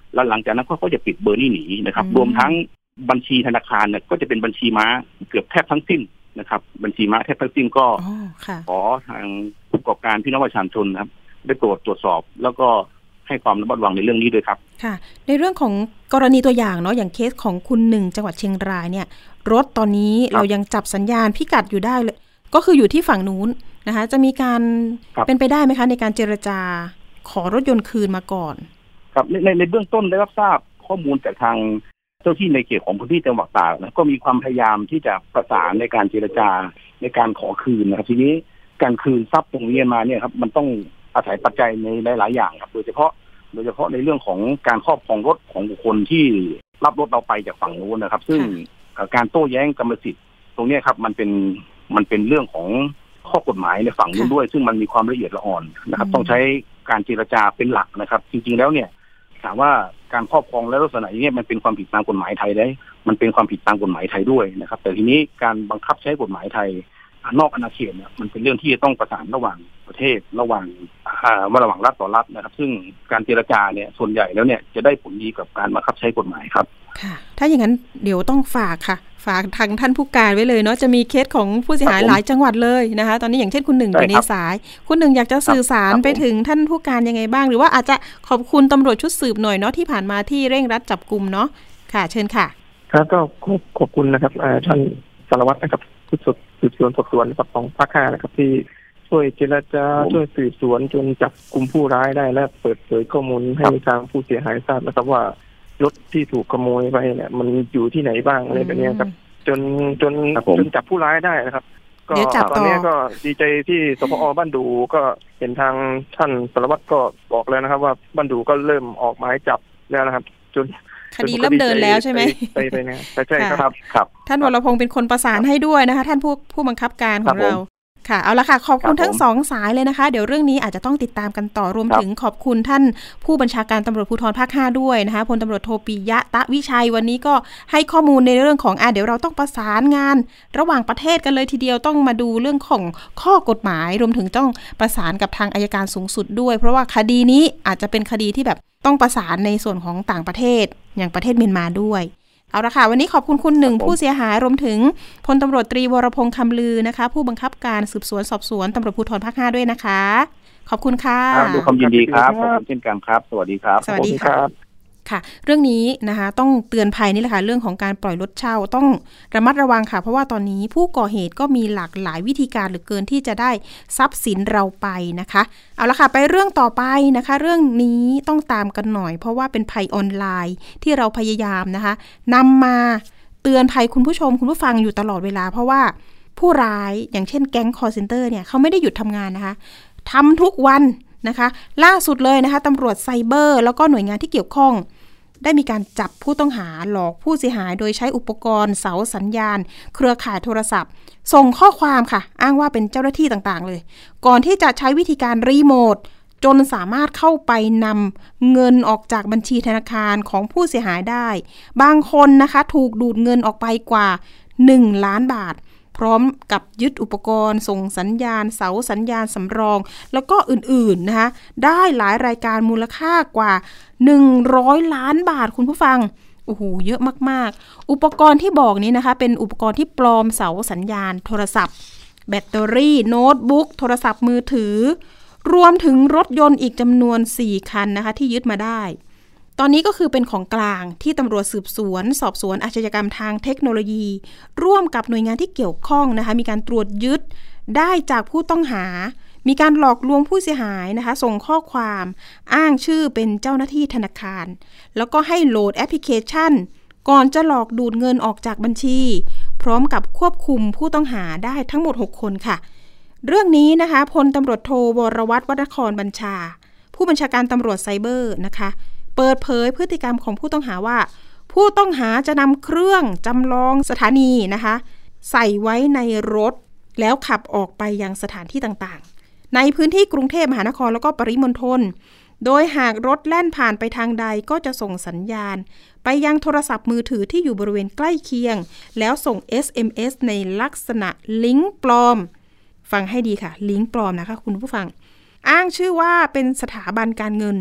S9: แล้วหลังจากนั้นเขาก็จะปิดเบอร์นี้หนีนะครับรวมทั้งบัญชีธนาคารเนี่ยก็จะเป็นบัญชีม้าเกือบแทบทั้งสิ้นนะครับบัญชีม้าแทบทั้งสิ้นก็ขอทางผู้ประกอบการพี่น้องประชาชนนะครับได้โปรดตรวจสอบแล้วก็ให้ความระมัดระวังในเรื่องนี้ด้วยครับ
S2: ค่ะในเรื่องของกรณีตัวอย่างเนาะอย่างเคสของคุณหนึ่งจังหวัดเชียงรายเนี่ยรถตอนนี้เรายังจับสัญญาณพิกัดอยู่ได้เลยก็คืออยู่ที่ฝั่งนู้นนะคะจะมีการเป็นไปได้ไหมคะในการเจรจาขอรถยนต์คืนมาก่อน
S9: ครับในในเบื้องต้นได้รับทราบข้อมูลจากทางเจ้าที่ในเขตของพื้นที่จังหวัดตากนะก็มีความพยายามที่จะประสานในการเจรจาในการขอคืนนะครับทีนี้การคืนทรัพย์ตรงนี้มาเนี่ยครับมันต้องอาศัยปัจจัยในหลายๆอย่างครับโดยเฉพาะโดยเฉพาะในเรื่องของการครอบครองรถของบุคคลที่รับรถเราไปจากฝั่งนู้นนะครับซึ่งการโต้แย้งกรรมสิทธิ์ตรงนี้ครับมันเป็นมันเป็นเรื่องของข้อกฎหมายในฝั่งนู้นด้วยซึ่งมันมีความละเอียดละอ่อนนะครับต้องใช้การเจรจาเป็นหลักนะครับจริงๆแล้วเนี่ยถามว่าการครอบครองและลักษณะอย่างนี้มันเป็นความผิดตามกฎหมายไทยได้มันเป็นความผิดตามกฎหมายไทยด้วยนะครับแต่ทีนี้การบังคับใช้กฎหมายไทยนอกอาณาเขตเนี่ยมันเป็นเรื่องที่จะต้องประสานระหว่างประเทศระหว่างอ่าระหว่างรัฐต่อรัฐนะครับซึ่งการเจรจาเนี่ยส่วนใหญ่แล้วเนี่ยจะได้ผลดีกับการบังคับใช้กฎหมายครับ
S2: ค่ะถ้าอย่างนั้นเดี๋ยวต้องฝากค่ะฝากทางท่านผู้การไว้เลยเนาะจะมีเคสของผู้เสียหายหลายจังหวัดเลยนะคะตอนนี้อย่างเช่นคุณหนึ่งอยู่ในสายคุณหนึ่งอยากจะสื่อสารไปถึงท่านผู้การยังไงบ้างหรือว่าอาจจะขอบคุณตำรวจชุดสืบหน่อยเนาะที่ผ่านมาที่เร่งรัดจับกุมเนาะค่ะเชิญค่ะ
S8: ครับก็ขอบคุณนะครับท่านสารวัตรนะครับชุดสืบสวนสอบสวนของภาคห้านะครับที่ช่วยเจรจาช่วยสืบสวนจนจับกลุ่มผู้ร้ายได้และเปิดเผยข้อมูลให้ทางผู้เสียหายทราบนะครับว่ารถที่ถูกขโมยไปเนี่ยมันอยู่ที่ไหนบ้างอะไรแบบนี้ครับจนจนจนจับผู้ร้ายได้นะครับก็ตอนนี้ก็ดีใจที่สพอบ้านดูก็เห็นทางท่านสารวัตรก็บอกแล้วนะครับว่าบ้านดูก็เริ่มออกหมายจับแล้วนะครับจน
S2: คดีเริ่มเดินแล้วใช่ไหม
S8: ไปไปเนี่ยใช่ครับครับ
S2: ท่านวรพงศ์เป็นคนประสานให้ด้วยนะคะท่านผู้ผู้บังคับการของเราค่ะเอาละค่ะขอบคุณทั้งสองสายเลยนะคะเดี๋ยวเรื่องนี้อาจจะต้องติดตามกันต่อรวมถึงขอบคุณท่านผู้บัญชาการตำรวจภูธรภาคห้าด้วยนะคะพลตำรวจโทปิยะตะวิชัยวันนี้ก็ให้ข้อมูลในเรื่องของอ่ะเดี๋ยวเราต้องประสานงานระหว่างประเทศกันเลยทีเดียวต้องมาดูเรื่องของข้อกฎหมายรวมถึงต้องประสานกับทางอัยการสูงสุดด้วยเพราะว่าคดีนี้อาจจะเป็นคดีที่แบบต้องประสานในส่วนของต่างประเทศอย่างประเทศเมียนมาด้วยเอาละค่ะวันนี้ขอบคุณคุณหนึ่งผู้เสียหายรวมถึงพลตำรวจตรีวรพงษ์คำลือนะคะผู้บังคับการสืบสวนสอบสวนตำรวจภูธรภาคห้าด้วยนะคะขอบคุณค่ะ
S9: ด้วยความยินดีครับขอบคุณเช่นกันครับสวัสดีครับ
S2: สวัสดีครับค่ะเรื่องนี้นะคะต้องเตือนภัยนี่แหละค่ะเรื่องของการปล่อยรถเช่าต้องระมัดระวังค่ะเพราะว่าตอนนี้ผู้ก่อเหตุก็มีหลากหลายวิธีการเหลือเกินที่จะได้ทรัพย์สินเราไปนะคะเอาละค่ะไปเรื่องต่อไปนะคะเรื่องนี้ต้องตามกันหน่อยเพราะว่าเป็นภัยออนไลน์ที่เราพยายามนะคะนำมาเตือนภัยคุณผู้ชมคุณผู้ฟังอยู่ตลอดเวลาเพราะว่าผู้ร้ายอย่างเช่นแก๊งคอลเซ็นเตอร์เนี่ยเขาไม่ได้หยุดทำงานนะคะทำทุกวันนะคะล่าสุดเลยนะคะตำรวจไซเบอร์แล้วก็หน่วยงานที่เกี่ยวข้องได้มีการจับผู้ต้องหาหลอกผู้เสียหายโดยใช้อุปกรณ์เสาสัญญาณเครือข่ายโทรศัพท์ส่งข้อความค่ะอ้างว่าเป็นเจ้าหน้าที่ต่างๆเลยก่อนที่จะใช้วิธีการรีโมทจนสามารถเข้าไปนำเงินออกจากบัญชีธนาคารของผู้เสียหายได้บางคนนะคะถูกดูดเงินออกไปกว่าหนึ่งล้านบาทพร้อมกับยึดอุปกรณ์ส่งสัญญาณเสาสัญญาณสำรองแล้วก็อื่นๆนะคะได้หลายรายการมูลค่ากว่าหนึ่งร้อยล้านบาทคุณผู้ฟังโอ้โหเยอะมากๆอุปกรณ์ที่บอกนี้นะคะเป็นอุปกรณ์ที่ปลอมเสาสัญญาณโทรศัพท์แบตเตอรี่โน้ตบุ๊กโทรศัพท์มือถือรวมถึงรถยนต์อีกจำนวนสี่คันนะคะที่ยึดมาได้ตอนนี้ก็คือเป็นของกลางที่ตำรวจสืบสวนสอบสวนอาชญากรรมทางเทคโนโลยีร่วมกับหน่วยงานที่เกี่ยวข้องนะคะมีการตรวจยึดได้จากผู้ต้องหามีการหลอกลวงผู้เสียหายนะคะส่งข้อความอ้างชื่อเป็นเจ้าหน้าที่ธนาคารแล้วก็ให้โหลดแอปพลิเคชันก่อนจะหลอกดูดเงินออกจากบัญชีพร้อมกับควบคุมผู้ต้องหาได้ทั้งหมดหกคนค่ะเรื่องนี้นะคะพลตำรวจโทวรวัฒน์วรรณครบัญชาผู้บัญชาการตำรวจไซเบอร์นะคะเปิดเผยพฤติกรรมของผู้ต้องหาว่าผู้ต้องหาจะนำเครื่องจำลองสถานีนะคะใส่ไว้ในรถแล้วขับออกไปยังสถานที่ต่างๆในพื้นที่กรุงเทพมหานครแล้วก็ปริมณฑลโดยหากรถแล่นผ่านไปทางใดก็จะส่งสัญญาณไปยังโทรศัพท์มือถือที่อยู่บริเวณใกล้เคียงแล้วส่ง เอส เอ็ม เอส ในลักษณะลิงก์ปลอมฟังให้ดีค่ะลิงก์ปลอมนะคะคุณผู้ฟังอ้างชื่อว่าเป็นสถาบันการเงิน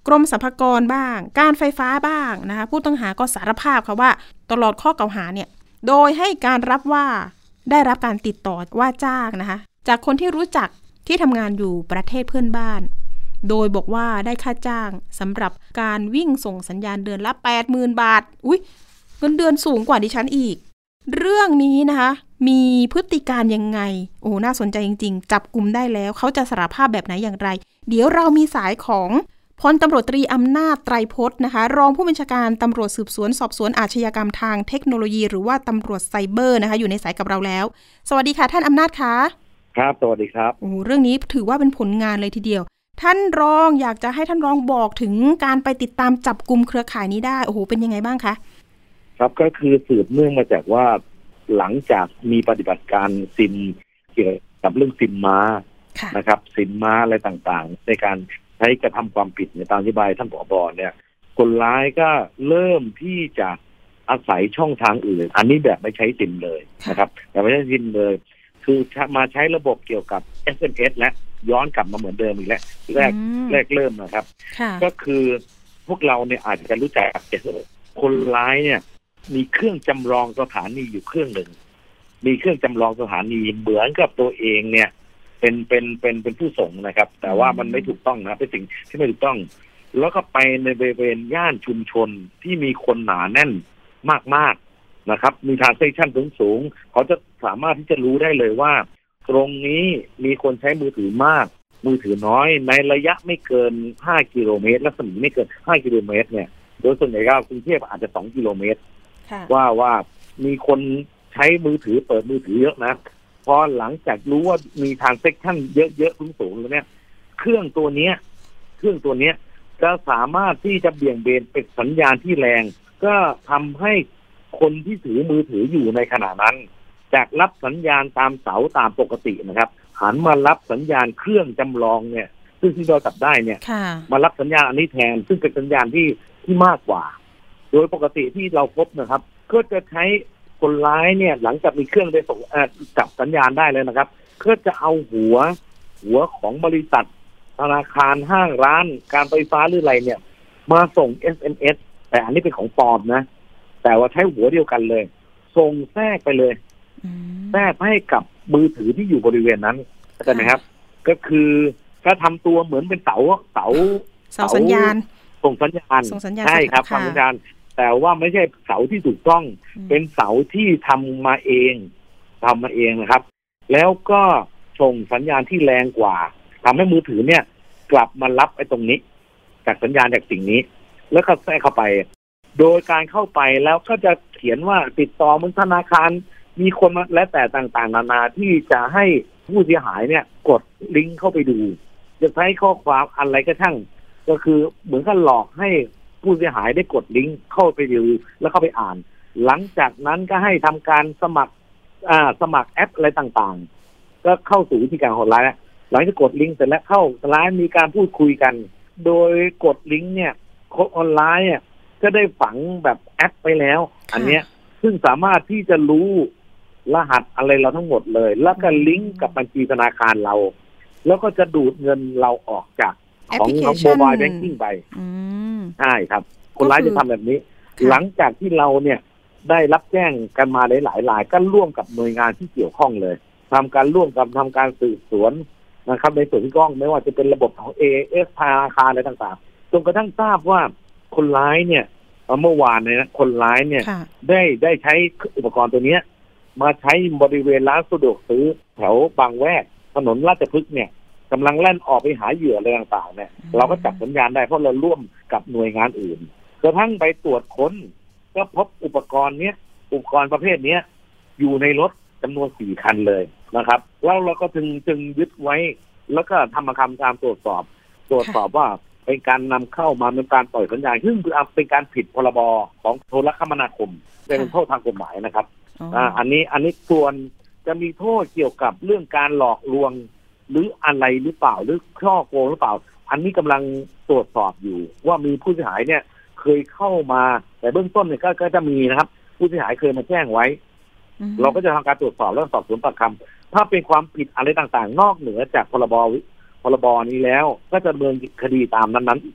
S2: กรมสรรพากรบ้างการไฟฟ้าบ้างนะคะผู้ต้องหาก็สารภาพค่ะว่าตลอดข้อกล่าวหาเนี่ยโดยให้การรับว่าได้รับการติดต่อว่าจ้างนะคะจากคนที่รู้จักที่ทำงานอยู่ประเทศเพื่อนบ้านโดยบอกว่าได้ค่าจ้างสำหรับการวิ่งส่งสัญญาณเดือนละ แปดหมื่น บาทอุ๊ยเงินเดือนสูงกว่าดิฉันอีกเรื่องนี้นะคะมีพฤติการยังไงโอ้น่าสนใจจริงๆจับกุมได้แล้วเขาจะสารภาพแบบไหนอย่างไรเดี๋ยวเรามีสายของพลตำรวจตรีอำนาจไตรพจน์นะคะรองผู้บัญชาการตำรวจสืบสวนสอบสวนอาชญากรรมทางเทคโนโลยีหรือว่าตำรวจไซเบอร์นะคะอยู่ในสายกับเราแล้วสวัสดีค่ะท่านอำนาจคะ
S10: ครับสวัสดีครับ
S2: โอ้เรื่องนี้ถือว่าเป็นผลงานเลยทีเดียวท่านรองอยากจะให้ท่านรองบอกถึงการไปติดตามจับกุมเครือข่ายนี้ได้โอ้โหเป็นยังไงบ้างคะ
S10: ครับก็คือสืบเนื่องมาจากว่าหลังจากมีปฏิบัติการซิมเกี่ยวกับเรื่องซิมม้านะครับซิมม้าอะไรต่างๆในการใช้กระทำความผิดในตามนโยบายท่านผบ.เนี่ยคนร้ายก็เริ่มที่จะอาศัยช่องทางอื่นอันนี้แบบไม่ใช้ซิมเลยนะครับแต่ไม่ใช้ซิมเลยคือมาใช้ระบบเกี่ยวกับ เอส เอ็ม เอส และย้อนกลับมาเหมือนเดิมอีกแล้วแรกแรกเริ่มนะครับก็คือพวกเราเนี่ยอาจจะรู้จักคนร้ายเนี่ยมีเครื่องจำลองสถานีอยู่เครื่องหนึ่งมีเครื่องจำลองสถานีเหมือนกับตัวเองเนี่ยเป็นเป็นเป็นเป็นผู้ส่งนะครับแต่ว่ามันไม่ถูกต้องนะเป็นสิ่งที่ไม่ถูกต้องแล้วก็ไปในบริเวณย่านชุมชนที่มีคนหนาแน่นมากๆนะครับมีทรานซิชันสูงๆเขาจะสามารถที่จะรู้ได้เลยว่าตรงนี้มีคนใช้มือถือมากมือถือน้อยในระยะไม่เกินห้ากิโลเมตรรัศมีไม่เกินห้ากิโลเมตรเนี่ยโดยส่วนใหญ่ก็กรุงเทพอาจจะสองกิโลเมตรว่าว่ามีคนใช้มือถือเปิดมือถือเยอะนะพอหลังจากรู้ว่ามีทางเซ็กชั่นเยอะๆสูงๆแล้วเนี่ยเครื่องตัวเนี้ยเครื่องตัวเนี้ยจะสามารถที่จะเบี่ยงเบนเป็นสัญญาณที่แรงก็ทำให้คนที่ถือมือถืออยู่ในขณะนั้นจากรับสัญญาณตามเสาตามปกตินะครับหันมารับสัญญาณเครื่องจำลองเนี่ยซึ่งที่เราจับได้เนี่ยมารับสัญญาณอันนี้แทนซึ่งเป็นสัญญาณที่ที่มากกว่าโดยปกติที่เราพบนะครับก็จะใช้คนร้ายเนี่ยหลังจากมีเครื่องได้ส่งจับสัญญาณได้เลยนะครับก็จะเอาหัวหัวของบริษัทธนาคารห้างร้านการไฟฟ้าหรืออะไรเนี่ยมาส่ง เอส เอ็ม เอส แต่อันนี้เป็นของปลอมนะแต่ว่าใช้หัวเดียวกันเลยส่งแทรกไปเลยแทรกให้กับมือถือที่อยู่บริเวณนั้นเข้าใจไหมครับก็คือก็ทำตัวเหมือนเป็นเสาเสา
S2: เสาสัญญาณ
S10: ส่งสัญญาณใช่ครับส่งสัญญาณแต่ว่าไม่ใช่เสาที่ถูกต้องเป็นเสาที่ทำมาเองทำมาเองนะครับแล้วก็ส่งสัญญาณที่แรงกว่าทำให้มือถือเนี่ยกลับมารับไอ้ตรงนี้จากสัญญาณจากสิ่งนี้แล้วก็แทรกเข้าไปโดยการเข้าไปแล้วก็จะเขียนว่าติดต่อมึงธนาคารมีคนมาและแต่ต่างๆนานาที่จะให้ผู้เสียหายเนี่ยกดลิงก์เข้าไปดูจะใช้ข้อความอะไรก็ช่างก็คือเหมือนกับหลอกให้ผู้เสียหายได้กดลิงก์เข้าไปดูแล้วเข้าไปอ่านหลังจากนั้นก็ให้ทำการสมัครอ่าสมัครแอปอะไรต่างๆก็เข้าสู่วิธีการของร้ายแล้วหลังจากกดลิงก์เสร็จแล้วเข้าร้ายมีการพูดคุยกันโดยกดลิงก์เนี่ยโค้ดออนไลน์เนี่ยก็ได้ฝังแบบแอปไปแล้วอันเนี้ยซึ่งสามารถที่จะรู้รหัสอะไรเราทั้งหมดเลยแล้วก็ลิงก์กับบัญชีธนาคารเราแล้วก็จะดูดเงินเราออกจากของโมบายแบงกิ้งไปใช่ครับคนร้ายจะทำแบบนี้หลังจากที่เราเนี่ยได้รับแจ้งกันมาหลายๆรายก็ร่วมกับหน่วยงานที่เกี่ยวข้องเลยทำการร่วมกับทำการสืบสวนนะครับในส่วนที่กล้องไม่ว่าจะเป็นระบบของ เอ เอส ธนาคารอะไรต่างๆจนกระทั่งทราบว่าคนร้ายเนี่ยเมื่อวานเนี่ยนะคนร้ายเนี่ยได้ได้ใช้อุปกรณ์ตัวนี้มาใช้บริเวณร้านสะดวกซื้อแถวบางแวกถนนราชพฤกษ์เนี่ยกำลังแล่นออกไปหาเหยื่ออะไรต่างๆเนี่ยเราก็จับสัญญาณได้เพราะเราร่วมกับหน่วยงานอื่นกระทั่งไปตรวจค้นก็พบอุปกรณ์เนี้ยอุปกรณ์ประเภทนี้อยู่ในรถจำนวนสี่คันเลยนะครับแล้วเราก็จึงจึงยึดไว้แล้วก็ทำมาคำตามตรวจสอบตรวจสอบว่าเป็นการนำเข้ามาเป็นการปล่อยสัญญาณซึ่งเป็นการผิดพรบของโทรคมนาคมเป็นโทษทางกฎหมายนะครับอ่าอันนี้อันนี้ส่วนจะมีโทษเกี่ยวกับเรื่องการหลอกลวงหรืออะไรหรือเปล่าหรือช่อโกงหรือเปล่าอันนี้กำลังตรวจสอบอยู่ว่ามีผู้เสียหายเนี่ยเคยเข้ามาแต่เบื้องต้นเนี่ย ก, ก็จะมีนะครับผู้เสียหายเคยมาแจ้งไว้เราก็จะทำการตรวจสอบแล้วสอบสวนปากคำถ้าเป็นความผิดอะไรต่างๆนอกเหนือจากพรบพรบนี้แล้วก็จะดำเนินคดีตามนั้นๆอีกครับ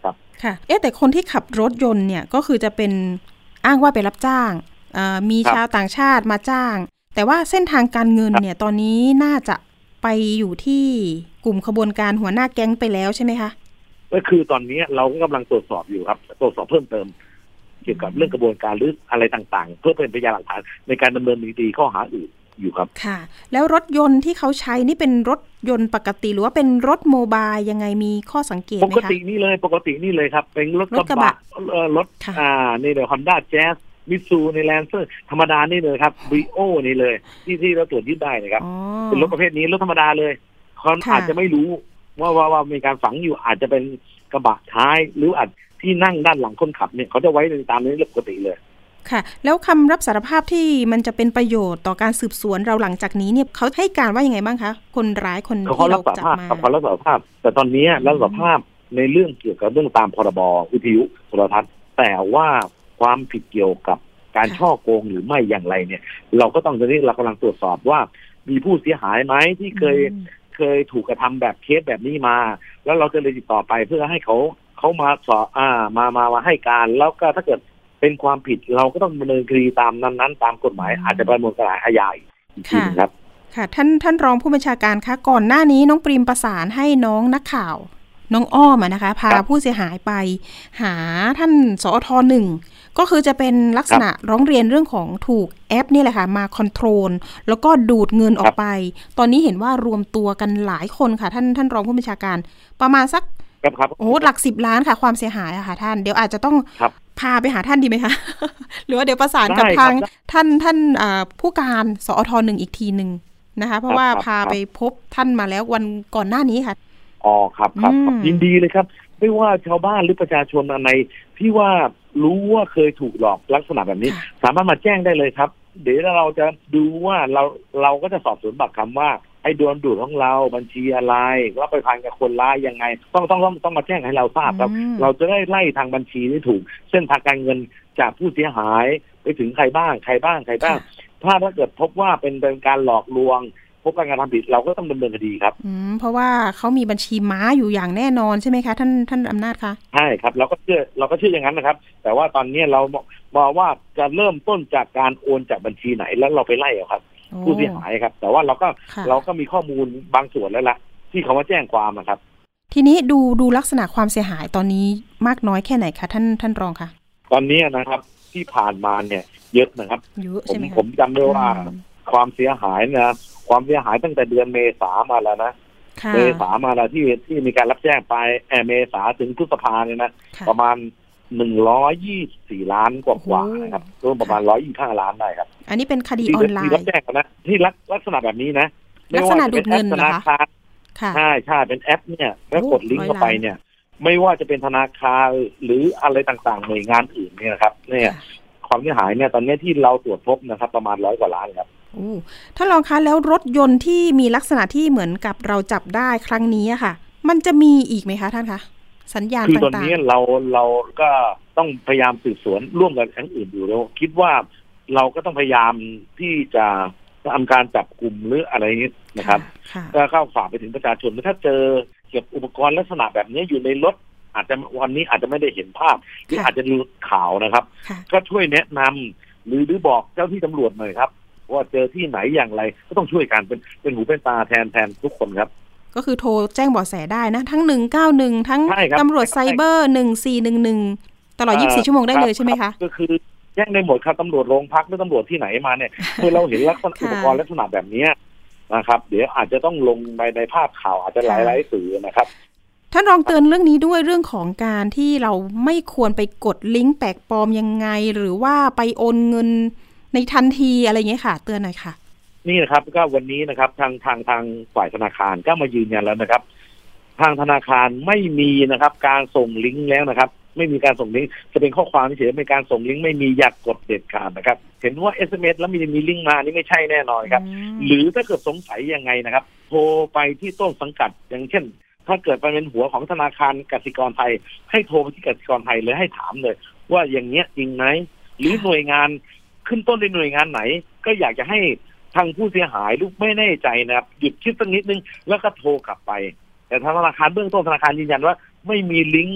S2: ค่ะเอ๊ะแต่คนที่ขับรถยนต์เนี่ยก็คือจะเป็นอ้างว่าไปรับจ้างมีชาวต่างชาติมาจ้างแต่ว่าเส้นทางการเงินเนี่ยตอนนี้น่าจะไปอยู่ที่กลุ่มขบวนการหัวหน้าแก๊งไปแล้วใช่ไหมคะ
S10: ก็คือตอนนี้เราก็กำลังตรวจสอบอยู่ครับตรวจสอบเพิ่มเติมเกี่ยวกับเรื่องกระบวนการหรืออะไรต่างๆเพื่อเป็นพยานหลักฐานในการดำเนินคดีข้อหาอื่นอยู่ครับ
S2: ค่ะแล้วรถยนต์ที่เขาใช้นี่เป็นรถยนต์ปกติหรือว่าเป็นรถโมบายยังไงมีข้อสังเกตไหมคะ
S10: ปกตินี่เลยปกตินี่เลยครับเป็นรถกระบะเอ่อรถอ่านี่เลย Honda Jazz มิตซูในแลนเซอร์ธรรมดานี่เลยครับบริโอนี่เลยที่ที่เราตรวจยึดได้นะครับเป็นรถประเภทนี้รถธรรมดาเลยคนอาจจะไม่รู้ว่าว่าว่ามีการฝังอยู่อาจจะเป็นกระบะท้ายหรืออาจที่นั่งด้านหลังคนขับเนี่ยเขาจะไว้ในตามนี้ปกติเลย
S2: ค่ะแล้วคำรับสารภาพที่มันจะเป็นประโยชน์ต่อการสืบสวนเราหลังจากนี้เนี่ยเขาให้การว่ายังไงบ้างคะคนร้ายคนที่เราจับมา
S10: เขารับสารภาพแต่ตอนนี้รับสารภาพในเรื่องเกี่ยวกับเรื่องตามพรบวิทยุโทรทัศน์แต่ว่าความผิดเกี่ยวกับการฉ้อโกงหรือไม่อย่างไรเนี่ยเราก็ต้องตอนนี้เรากำลังตรวจสอบว่ามีผู้เสียหายไหมที่เคยเคยถูกกระทำแบบเคสแบบนี้มาแล้วเราจะเลยติดต่อไปเพื่อให้เขาเขามาสอบอ่ามามามาให้การแล้วก็ถ้าเกิดเป็นความผิดเราก็ต้องดำเนินคดีตามนั้นๆตามกฎหมายอาจจะประมวลกฎหมายอาญาอีกทีครับ
S2: ค่ะท่านท่านรองผู้บัญชาการคะก่อนหน้านี้น้องปริมประสานให้น้องนักข่าวน้องอ้อมนะคะพาผู้เสียหายไปหาท่านสอทหนึ่งก็คือจะเป็นลักษณะร้องเรียนเรื่องของถูกแอปนี่แหละค่ะมาคอนโทรลแล้วก็ดูดเงินออกไปตอนนี้เห็นว่ารวมตัวกันหลายคนค่ะท่านท่านรองผู้บัญชาการประมาณสักโอ้หลักสิบล้านค่ะความเสียหายอะค่ะท่านเดี๋ยวอาจจะต้องพาไปหาท่านดีไหมคะ หรือว่าเดี๋ยวประสานกับทางท่านท่านผู้การสอทหนึ่งอีกทีหนึ่งนะคะเพราะว่าพาไปพบท่านมาแล้ววันก่อนหน้านี้ค่ะ
S10: อ๋อครับครับยินดีเลยครับไม่ว่าชาวบ้านหรือประชาชนอะไรที่ว่ารู้ว่าเคยถูกหลอกลักษณะแบบนี้สามารถมาแจ้งได้เลยครับเดี๋ยวเราจะดูว่าเราเราก็จะสอบสวนปากคำว่าไอ้โดนดูดของเราบัญชีอะไรว่าไปพันกับคนร้ายยังไงต้องต้องต้องต้องมาแจ้งให้เราทราบครับเราจะได้ไล่ทางบัญชีที่ถูกเส้นทางการเงินจากผู้เสียหายไปถึงใครบ้างใครบ้างใครบ้างถ้าถ้าเกิดพบว่าเป็นเป็นการหลอกลวงพบการกระทำผิดเราก็ต้องดำเนินคดีครับ
S2: อืมเพราะว่าเขามีบัญชีม้าอยู่อย่างแน่นอนใช่ไหมคะท่านท่านอำนาจคะ
S10: ใช่ครับเราก็เชื่อเราก็เชื่ออย่างนั้นนะครับแต่ว่าตอนนี้เราบอกว่าจะเริ่มต้นจากการโอนจากบัญชีไหนแล้วเราไปไล่เอาครับผู้เสียหายครับแต่ว่าเราก็เราก็มีข้อมูลบางส่วนแล้วล่ะที่เขามาแจ้งความนะครับ
S2: ทีนี้ดูดูลักษณะความเสียหายตอนนี้มากน้อยแค่ไหนคะท่านท่านรองคะ
S10: ตอนนี้นะครับที่ผ่านมาเนี่ยเยอะนะครับ
S2: เยอะใช่ไหมคะ
S10: ผมจำได้ว่าความเสียหายนะความเสียหายตั้งแต่เดือนเมษามาแล้วนะเมษามาแล้วที่ที่มีการรับแจ้งไปแอเมษาถึงพฤษภาเนี่ยนะประมาณหนึ่งร้อยยี่สิบสี่ล้านกว่าๆนะครับรวมประมาณร้อยยี่สิบห้าล้านได้ครับ
S2: อันนี้เป็นคดีออนไลน์
S10: ที่รับแจ้งนะที่ลักษณะแบบนี้นะ
S2: ลักษณะดูดเงินเหรอคะ
S10: ใช่ใช่เป็นแอปเนี่ยแล้วกดลิงก์เข้าไปเนี่ยไม่ว่าจะเป็นธนาคารหรืออะไรต่างๆหน่วยงานอื่นเนี่ยนะครับเนี่ยความเสียหายเนี่ยตอนนี้ที่เราตรวจพบนะครับประมาณร้อยกว่าล้านครับ
S2: โอ้ถ้าลองคะแล้วรถยนต์ที่มีลักษณะที่เหมือนกับเราจับได้ครั้งนี้ค่ะมันจะมีอีกไหมคะท่านคะสัญญาณต่างๆ
S10: คือตอนนี้เราเราก็ต้องพยายามสืบสวนร่วมกับแก๊งอื่นอยู่แล้วคิดว่าเราก็ต้องพยายามที่จะทำการจับกลุ่มหรืออะไรนี้นะครับก็เข้าฝากไปถึงประชาชนถ้าเจอเก็บอุปกรณ์ลักษณะแบบนี้อยู่ในรถอาจจะวันนี้อาจจะไม่ได้เห็นภาพหรืออาจจะดูข่าวนะครับก็ช่วยแนะนำหรือหรือบอกเจ้าที่ตำรวจหน่อยครับว่าเจอที่ไหนอย่างไรก็ต้องช่วยกันเป็นเป็นหูเป็นตาแทนแทนทุกคนครับ
S2: ก็คือโทรแจ้งเบาะแสได้นะทั้งหนึ่งเก้าหนึ่งทั้งตำรวจไซเบอร์หนึ่งสี่หนึ่งหนึ่งตลอดยี่สิบสี่ชั่วโมงได้เลยใช่ไหมคะ
S10: ก็คือแจ้งได้หมดครับตำรวจโรงพักหรือตำรวจที่ไหนมาเนี่ยเมื่อเราเห็นลักษณะอุปกรณ์ลักษณะแบบนี้นะครับเดี๋ยวอาจจะต้องลงในในภาพข่าวอาจจะหลายหลายสื่อนะครับ
S2: ท่านรองเตือนเรื่องนี้ด้วยเรื่องของการที่เราไม่ควรไปกดลิงก์แปลกปลอมยังไงหรือว่าไปโอนเงินในทันทีอะไรเงี้ยค่ะเตือนหน่อยค่ะ
S10: นี่นะครับก็วันนี้นะครับทางทางทางฝ่ายธนาคารก็มายืนยันแล้วนะครับทางธนาคารไม่มีนะครับการส่งลิงก์แล้วนะครับไม่มีการส่งลิงก์จะเป็นข้อความเฉยๆเป็นการส่งลิงก์ไม่มีอยากกดเด็ดขาดนะครับเห็นว่า เอส เอ็ม เอส แล้วมีมีลิงก์มานี่ไม่ใช่แน่นอนครับหรือถ้าเกิดสงสัยยังไงนะครับโทรไปที่ต้นสังกัดอย่างเช่นถ้าเกิดไปเป็นหัวของธนาคารกสิกรไทยให้โทรไปที่กสิกรไทยเลยให้ถามเลยว่าอย่างเงี้ยจริงไหมหรือหน่วยงานขึ้นต้นในหน่วยงานไหนก็อยากจะให้ทางผู้เสียหายลูกไม่แน่ใจนะครับหยุดคิดสักนิดนึงแล้วก็โทรกลับไปแต่ทางธนาคารเบื้องต้นธนาคารยืนยันว่าไม่มีลิงก์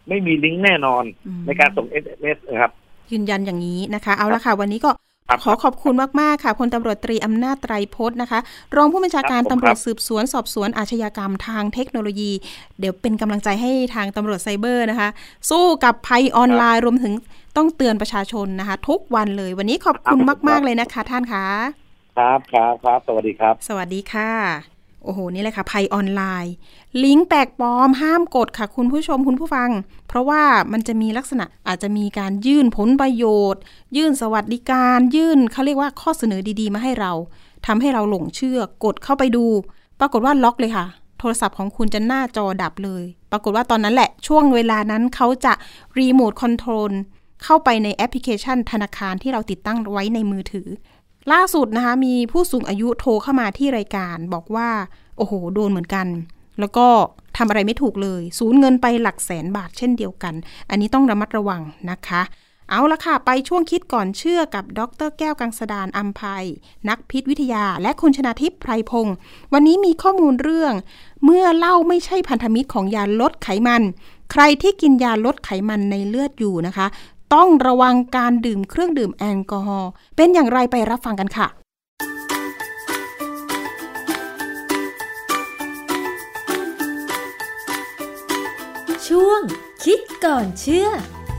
S10: ไม่มีลิงก์แน่นอนในการส่ง เอส เอ็ม เอส นะครับ
S2: ยืนยันอย่างนี้นะคะเอาละค่ะวันนี้ก็ขอขอบคุณมากๆค่ะพลตำรวจตรีอำนาจไตรพจน์นะคะรองผู้บัญชาการตำรวจสืบสวนสอบสวนอาชญากรรมทางเทคโนโลยีเดี๋ยวเป็นกำลังใจให้ทางตำรวจไซเบอร์นะคะสู้กับภัยออนไลน์รวมถึงต้องเตือนประชาชนนะคะทุกวันเลยวันนี้ขอบคุณมากๆเลยนะคะท่านคะ
S10: ครับครับครับสวัสดีครับ
S2: สวัสดีค่ะโอ้โหนี่แหละค่ะภัยออนไลน์ลิงก์แปลกปลอมห้ามกดค่ะคุณผู้ชมคุณผู้ฟังเพราะว่ามันจะมีลักษณะอาจจะมีการยื่นผลประโยชน์ยื่นสวัสดิการยื่นเขาเรียกว่าข้อเสนอดีๆมาให้เราทำให้เราหลงเชื่อกดเข้าไปดูปรากฏว่าล็อกเลยค่ะโทรศัพท์ของคุณจะหน้าจอดับเลยปรากฏว่าตอนนั้นแหละช่วงเวลานั้นเขาจะรีโมทคอนโทรลเข้าไปในแอปพลิเคชันธนาคารที่เราติดตั้งไว้ในมือถือล่าสุดนะคะมีผู้สูงอายุโทรเข้ามาที่รายการบอกว่าโอ้โหโดนเหมือนกันแล้วก็ทำอะไรไม่ถูกเลยสูญเงินไปหลักแสนบาทเช่นเดียวกันอันนี้ต้องระมัดระวังนะคะเอาละค่ะไปช่วงคิดก่อนเชื่อกับดร.แก้วกังสดาลอำไพนักพิษวิทยาและคุณชนาทิพย์ไพรพงศ์วันนี้มีข้อมูลเรื่องเมื่อเหล้าไม่ใช่พันธมิตรของยาลดไขมันใครที่กินยาลดไขมันในเลือดอยู่นะคะต้องระวังการดื่มเครื่องดื่มแอลกอฮอล์เป็นอย่างไรไปรับฟังกันค่ะ
S11: ช่วงคิดก่อนเชื่อ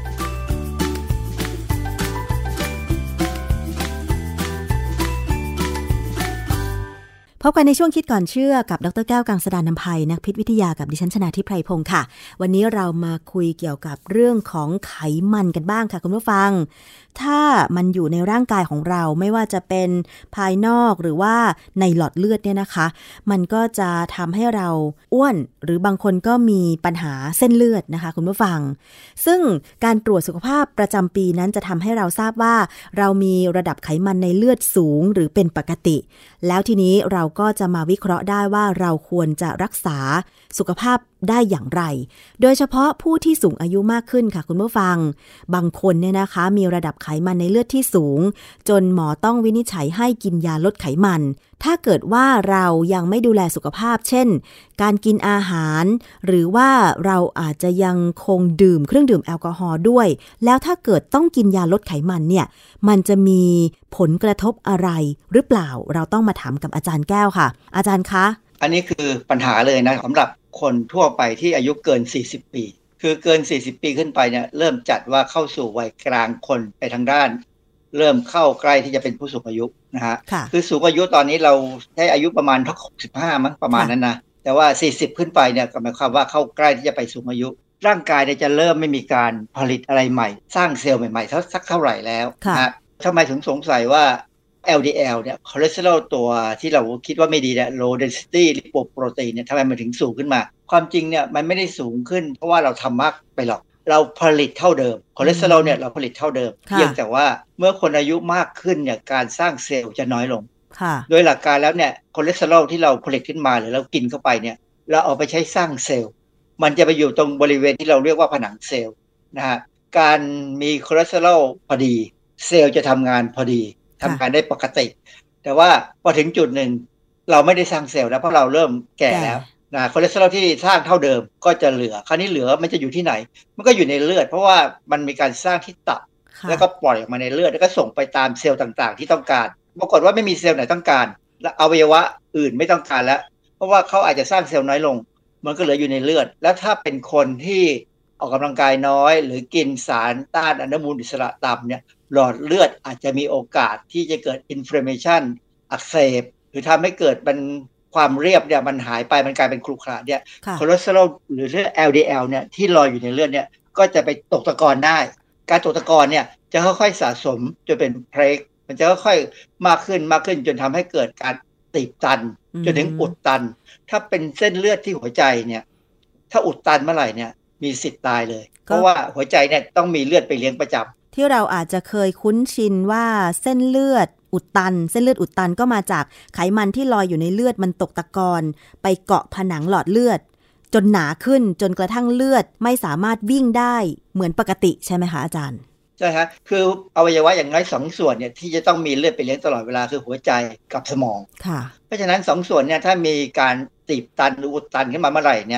S11: พบกันในช่วงคิดก่อนเชื่อกับดร.แก้วกังสดาลอำไพนักพิษวิทยากับดิฉันชนาทิพย์ไพรพงศ์ค่ะวันนี้เรามาคุยเกี่ยวกับเรื่องของไขมันกันบ้างค่ะคุณผู้ฟังถ้ามันอยู่ในร่างกายของเราไม่ว่าจะเป็นภายนอกหรือว่าในหลอดเลือดเนี่ยนะคะมันก็จะทำให้เราอ้วนหรือบางคนก็มีปัญหาเส้นเลือดนะคะคุณผู้ฟังซึ่งการตรวจสุขภาพประจำปีนั้นจะทำให้เราทราบว่าเรามีระดับไขมันในเลือดสูงหรือเป็นปกติแล้วทีนี้เราก็จะมาวิเคราะห์ได้ว่าเราควรจะรักษาสุขภาพได้อย่างไรโดยเฉพาะผู้ที่สูงอายุมากขึ้นค่ะคุณผู้ฟังบางคนเนี่ยนะคะมีระดับไขมันในเลือดที่สูงจนหมอต้องวินิจฉัยให้กินยาลดไขมันถ้าเกิดว่าเรายังไม่ดูแลสุขภาพเช่นการกินอาหารหรือว่าเราอาจจะยังคงดื่มเครื่องดื่มแอลกอฮอล์ด้วยแล้วถ้าเกิดต้องกินยาลดไขมันเนี่ยมันจะมีผลกระทบอะไรหรือเปล่าเราต้องมาถามกับอาจารย์แก้วค่ะอาจารย์คะ
S12: อันนี้คือปัญหาเลยนะสำหรับคนทั่วไปที่อายุเกินสี่สิบปีคือเกินสี่สิบปีขึ้นไปเนี่ยเริ่มจัดว่าเข้าสู่วัยกลางคนไปทางด้านเริ่มเข้าใกล้ที่จะเป็นผู้สูงอายุนะฮะคือสูงอายุตอนนี้เราได้อายุประมาณหกสิบห้ามั้งประมาณนั้นนะแต่ว่าสี่สิบขึ้นไปเนี่ยก็หมายความว่าเข้าใกล้ที่จะไปสูงอายุร่างกายเนี่ยจะเริ่มไม่มีการผลิตอะไรใหม่สร้างเซลล์ใหม่ๆสักเท่าไหร่แล้วนะทำไมถึงสงสัยว่า แอล ดี แอล เนี่ยคอเลสเตอรอลตัวที่เราคิดว่าไม่ดีเนี่ย low density lipoprotein เนี่ยทำไมมันถึงสูงขึ้นมาความจริงเนี่ยมันไม่ได้สูงขึ้นเพราะว่าเราทำมากไปหรอกเราผลิตเท่าเดิมคอเลสเตอรอลเนี่ยเราผลิตเท่าเดิมเพียงแต่ว่าเมื่อคนอายุมากขึ้นเนี่ยการสร้างเซลล์จะน้อยลงโดยหลักการแล้วเนี่ยคอเลสเตอรอลที่เราผลิตขึ้นมาหรือเรากินเข้าไปเนี่ยเราเอาไปใช้สร้างเซลล์มันจะไปอยู่ตรงบริเวณที่เราเรียกว่าผนังเซลล์นะฮะการมีคอเลสเตอรอลพอดีเซลล์จะทำงานพอดีทำงานได้ปกติแต่ว่าพอถึงจุดหนึ่งเราไม่ได้สร้างเซลล์แล้วเพราะเราเริ่มแก่แล้วนะคอเลสเตอรอลที่สร้างเท่าเดิมก็จะเหลือคราวนี้เหลือมันจะอยู่ที่ไหนมันก็อยู่ในเลือดเพราะว่ามันมีการสร้างที่ตับแล้วก็ปล่อยออกมาในเลือดแล้วก็ส่งไปตามเซลล์ต่างๆที่ต้องการปรากฏว่าไม่มีเซลล์ไหนต้องการและอวัยวะอื่นไม่ต้องการแล้วเพราะว่าเขาอาจจะสร้างเซลล์น้อยลงมันก็เหลืออยู่ในเลือดแล้วถ้าเป็นคนที่ออกกำลังกายน้อยหรือกินสารต้านอนุมูลอิสระต่ำเนี่ยหลอดเลือดอาจจะมีโอกาสที่จะเกิด inflammation อักเสบหรือทำให้เกิดมันความเรียบเนี่ยมันหายไปมันกลายเป็นครุขระเนี่ยคอเลสเตอรอลหรือเลือด แอล ดี แอล เนี่ยที่ลอยอยู่ในเลือดเนี่ยก็จะไปตกตะกอนได้การตกตะกอนเนี่ยจะค่อยๆสะสมจนเป็นเพลกมันจะค่อยๆมากขึ้นมากขึ้นจนทำให้เกิดการตีบตันจนถึงอุดตันถ้าเป็นเส้นเลือดที่หัวใจเนี่ยถ้าอุดตันเมื่อไหร่เนี่ยมีสิทธิ์ตายเลยเพราะว่าหัวใจเนี่ยต้องมีเลือดไปเลี้ยงประจำ
S11: ที่เราอาจจะเคยคุ้นชินว่าเส้นเลือดอุดตันเส้นเลือดอุดตันก็มาจากไขมันที่ลอยอยู่ในเลือดมันตกตะกอนไปเกาะผนังหลอดเลือดจนหนาขึ้นจนกระทั่งเลือดไม่สามารถวิ่งได้เหมือนปกติใช่ไหมคะอาจารย์
S12: ใช่ฮะคืออวัยวะอย่างน้อยสองส่วนเนี่ยที่จะต้องมีเลือดไปเลี้ยงตลอดเวลาคือหัวใจกับสมอง
S11: ค่ะ
S12: เพราะฉะนั้นสองส่วนเนี่ยถ้ามีการตีบตันหรืออุดตันขึ้นมาเมื่อไหร่เนี่ย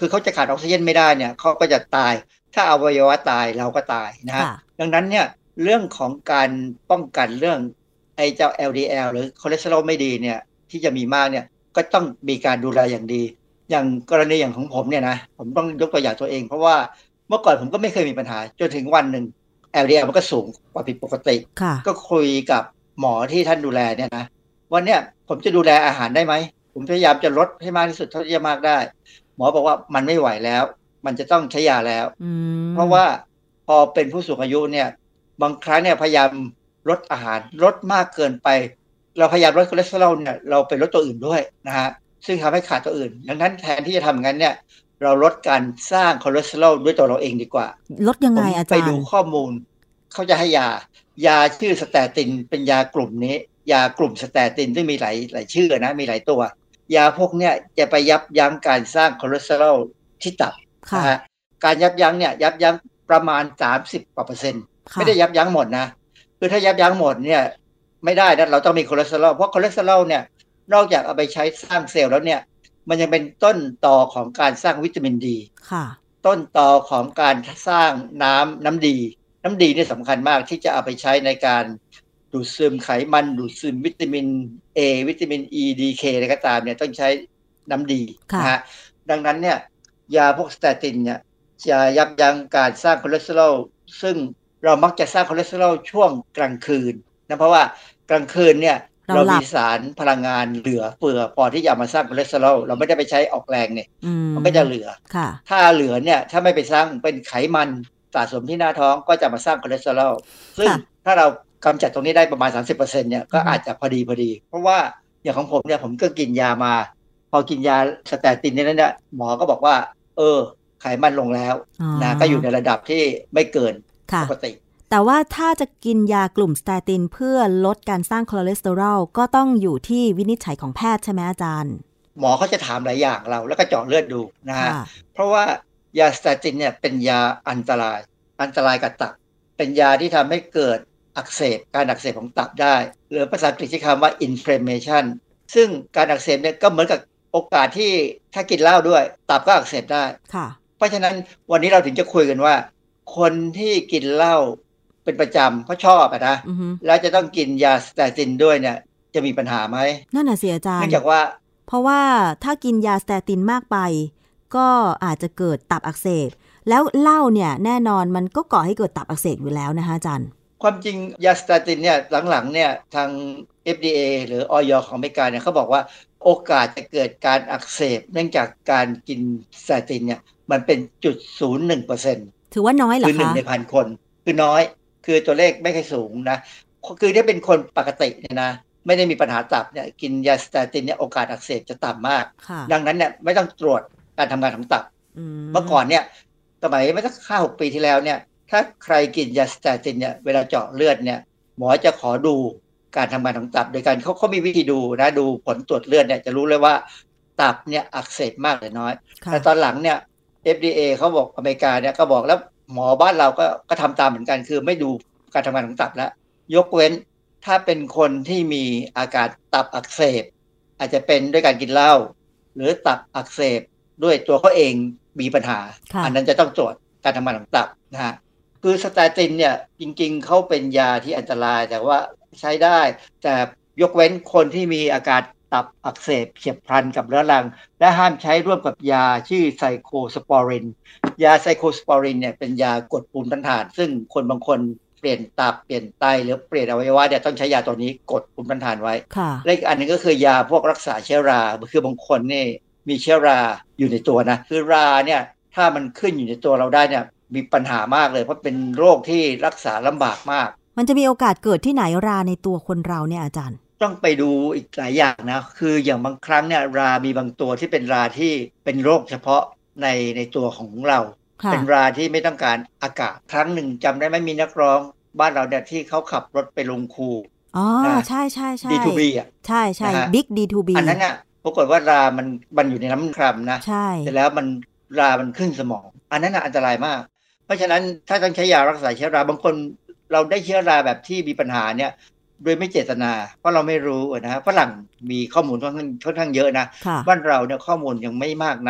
S12: คือเขาจะขาดออกซิเจนไม่ได้เนี่ยเขาก็จะตายถ้าอวัยวะตายเราก็ตายนะฮะดังนั้นเนี่ยเรื่องของการป้องกันเรื่องไอ้เจ้า แอล ดี แอล หรือคอเลสเตอรอลไม่ดีเนี่ยที่จะมีมากเนี่ยก็ต้องมีการดูแลอย่างดีอย่างกรณีอย่างของผมเนี่ยนะผมต้องยกตัวอย่างตัวเองเพราะว่าเมื่อก่อนผมก็ไม่เคยมีปัญหาจนถึงวันหนึ่ง แอล ดี แอล มันก็สูงกว่าผิดปกติก็คุยกับหมอที่ท่านดูแลเนี่ยนะวันเนี้ยผมจะดูแลอาหารได้ไหมผมพยายามจะลดให้มากที่สุดเท่าที่จะมากได้หมอบอกว่ามันไม่ไหวแล้วมันจะต้องใช้ยาแล้วเพราะว่าพอเป็นผู้สูงอายุเนี่ยบางครั้งเนี่ยพยายามลดอาหารลดมากเกินไปเราพยายามลดคอเลสเตอรอลเนี่ยเราไปลดตัวอื่นด้วยนะฮะซึ่งทำให้ขาดตัวอื่นดังนั้นแทนที่จะทำอย่างนั้นเนี่ยเราลดการสร้างคอเลสเตอรอลด้วยตัวเราเองดีกว่า
S11: ลดยังไงอาจารย์
S12: ไปดูข้อมูลเขาจะให้ยายาชื่อสเตตินเป็นยากลุ่มนี้ยากลุ่มสเตตินซึ่งมีหลายหลายชื่อนะมีหลายตัวยาพวกเนี้ยจะไปยับยั้งการสร้างคอเลสเตอรอลที่ตับนะฮะการยับยั้งเนี่ยยับยั้งประมาณสามสิบกว่าเปอร์เซ็นต์ไม่ได้ยับยั้งหมดนะคือถ้ายับยั้งหมดเนี่ยไม่ได้นะเราต้องมีคอเลสเตอรอลเพราะคอเลสเตอรอลเนี่ยนอกจากเอาไปใช้สร้างเซลล์แล้วเนี่ยมันยังเป็นต้นตอของการสร้างวิตามินดีต้นตอของการสร้างน้ำน้ำดีน้ำดีนี่สำคัญมากที่จะเอาไปใช้ในการดูดซึมไขมันดูดซึมวิตามิน A วิตามิน E D K อะไรก็ตามเนี่ยต้องใช้น้ำดีนะฮะดังนั้นเนี่ยยาพวกสเตตินเนี่ยจะยับยั้งการสร้างคอเลสเตอรอลซึ่งเรามักจะสร้างคอเลสเตอรอลช่วงกลางคืนนะเพราะว่ากลางคืนเนี่ยเรามีสารพลังงานเหลือเฟือพอที่จะมาสร้างคอเลสเตอรอลเราไม่ได้ไปใช้ออกแรงเนี่ยมันก็จะเหลือถ้าเหลือเนี่ยถ้าไม่ไปสร้างเป็นไขมันสะสมที่หน้าท้องก็จะมาสร้างคอเลสเตอรอลซึ่งถ้าเรากำจัดตรงนี้ได้ประมาณ สามสิบเปอร์เซ็นต์ เนี่ยก็อาจจะพอดีพอดีเพราะว่าอย่างของผมเนี่ยผมก็กินยามาพอกินยาสเตตินนี่เนี่ยหมอก็บอกว่าเออไขมันลงแล้วนะก็อยู่ในระดับที่ไม่เกินปกติ
S11: แต่ว่าถ้าจะกินยากลุ่มสเตตินเพื่อลดการสร้างคอเลสเตอรอลก็ต้องอยู่ที่วินิจฉัยของแพทย์ใช่ไหมอาจารย์
S12: หมอเขาจะถามหลายอย่างเราแล้วก็เจาะเลือดดูนะฮะเพราะว่ายาสเตตินเนี่ยเป็นยาอันตรายอันตรายกับตับเป็นยาที่ทำให้เกิดอักเสบการอักเสบของตับได้หรือภาษาอังกฤษใช้คำว่า inflammation ซึ่งการอักเสบเนี่ยก็เหมือนกับโอกาสที่ถ้ากินเหล้าด้วยตับก็อักเสบได้เพราะฉะนั้นวันนี้เราถึงจะคุยกันว่าคนที่กินเหล้าเป็นประจำเพราะชอบอะนะ uh-huh. แล้วจะต้องกินยาสเตตินด้วยเนี่ยจะมีปัญหาไหม
S11: นั่นน่ะสิอาจารย์
S12: เนื่องจากว่า
S11: เพราะว่าถ้ากินยาสเตตินมากไปก็อาจจะเกิดตับอักเสบแล้วเหล้าเนี่ยแน่นอนมันก็ก่อให้เกิดตับอักเสบอยู่แล้วนะคะอาจารย์
S12: ความจริงยาสเตตินเนี่ยหลังๆเนี่ยทาง เอฟ ดี เอ หรือ อย ของอเมริกาเนี่ยเขาบอกว่าโอกาสจะเกิดการอักเสบเนื่องจากการกินสเตตินเนี่ยมันเป็น ศูนย์จุดศูนย์หนึ่งเปอร์เซ็นต์
S11: ถือว่าน้อยเหรอคะ
S12: คือหนึ่งในพันคนคือน้อยคือตัวเลขไม่ค่อยสูงนะคือถ้าเป็นคนปกติเนี่ยนะไม่ได้มีปัญหาตับเนี่ยกินยาสเตตินเนี่ยโอกาสอักเสบจะต่ำมากดังนั้นเนี่ยไม่ต้องตรวจการทำงานของตับเมื่อก่อนเนี่ยสมัยไม่สัก ห้าหก ปีที่แล้วเนี่ยถ้าใครกินยาสเตตินเนี่ยเวลาเจาะเลือดเนี่ยหมอจะขอดูการทำงานของตับโดยการเขาเขามีวิธีดูนะดูผลตรวจเลือดเนี่ยจะรู้เลยว่าตับเนี่ยอักเสบมากหรือน้อยแต่ตอนหลังเนี่ย เอฟ ดี เอ เขาบอกอเมริกาเนี่ยก็บอกแล้วหมอบ้านเราก็ก็ทำตามเหมือนกันคือไม่ดูการทำงานของตับแล้วยกเว้นถ้าเป็นคนที่มีอาการตับอักเสบอาจจะเป็นด้วยการกินเหล้าหรือตับอักเสบด้วยตัวเขาเองมีปัญหาอันนั้นจะต้องตรวจการทำงานของตับนะฮะคือสเตตินเนี่ยจริงๆเขาเป็นยาที่อันตรายแต่ว่าใช้ได้แต่ยกเว้นคนที่มีอาการตับอักเสบเฉียบพลันกับเรื้อรังและห้ามใช้ร่วมกับยาชื่อไซโคสปอรินยาไซโคสปอรินเนี่ยเป็นยากดภูมิต้านทานซึ่งคนบางคนเปลี่ยนตับเปลี่ยนไตหรือเปลี่ยนอวัยวะเนี่ยต้องใช้ยาตัวนี้กดภูมิต้านทานไว้และอีกอันนึงก็คือยาพวกรักษาเชื้อราคือบางคนนี่มีเชื้อราอยู่ในตัวนะคือราเนี่ยถ้ามันขึ้นอยู่ในตัวเราได้เนี่ยมีปัญหามากเลยเพราะเป็นโรคที่รักษาลำบากมาก
S11: มันจะมีโอกาสเกิดที่ไหนราในตัวคนเราเนี่ยอาจารย์
S12: ต้องไปดูอีกหลายอย่างนะคืออย่างบางครั้งเนี่ยรามีบางตัวที่เป็นราที่เป็นโรคเฉพาะในในตัวของเราเป็นราที่ไม่ต้องการอากาศครั้งหนึ่งจำได้ไหมมีนักร้องบ้านเราเนี่ยที่เขาขับรถไปลงคู
S11: อ๋อใช่ใช่ใช่
S12: ดี ทู บี อ่ะ
S11: ใช่ใช่บิ๊ก ดี ทู บี
S12: อันนั้นน่ะปรากฏว่ารามันมันอยู่ในน้ำคร่ำนะ
S11: ใช่
S12: แต่แล้วมันรามันขึ้นสมองอันนั้นน่ะอันตรายมากเพราะฉะนั้นถ้าต้องใช้ยารักษาเชื้อราบางคนเราได้เชื้อราแบบที่มีปัญหาเนี่ยโดยไม่เจตนาเพราะเราไม่รู้นะฝรั่งมีข้อมูลค่อนข้างค่อนข้างเยอะนะบ้านเราเนี่ยข้อมูลยังไม่มากนัก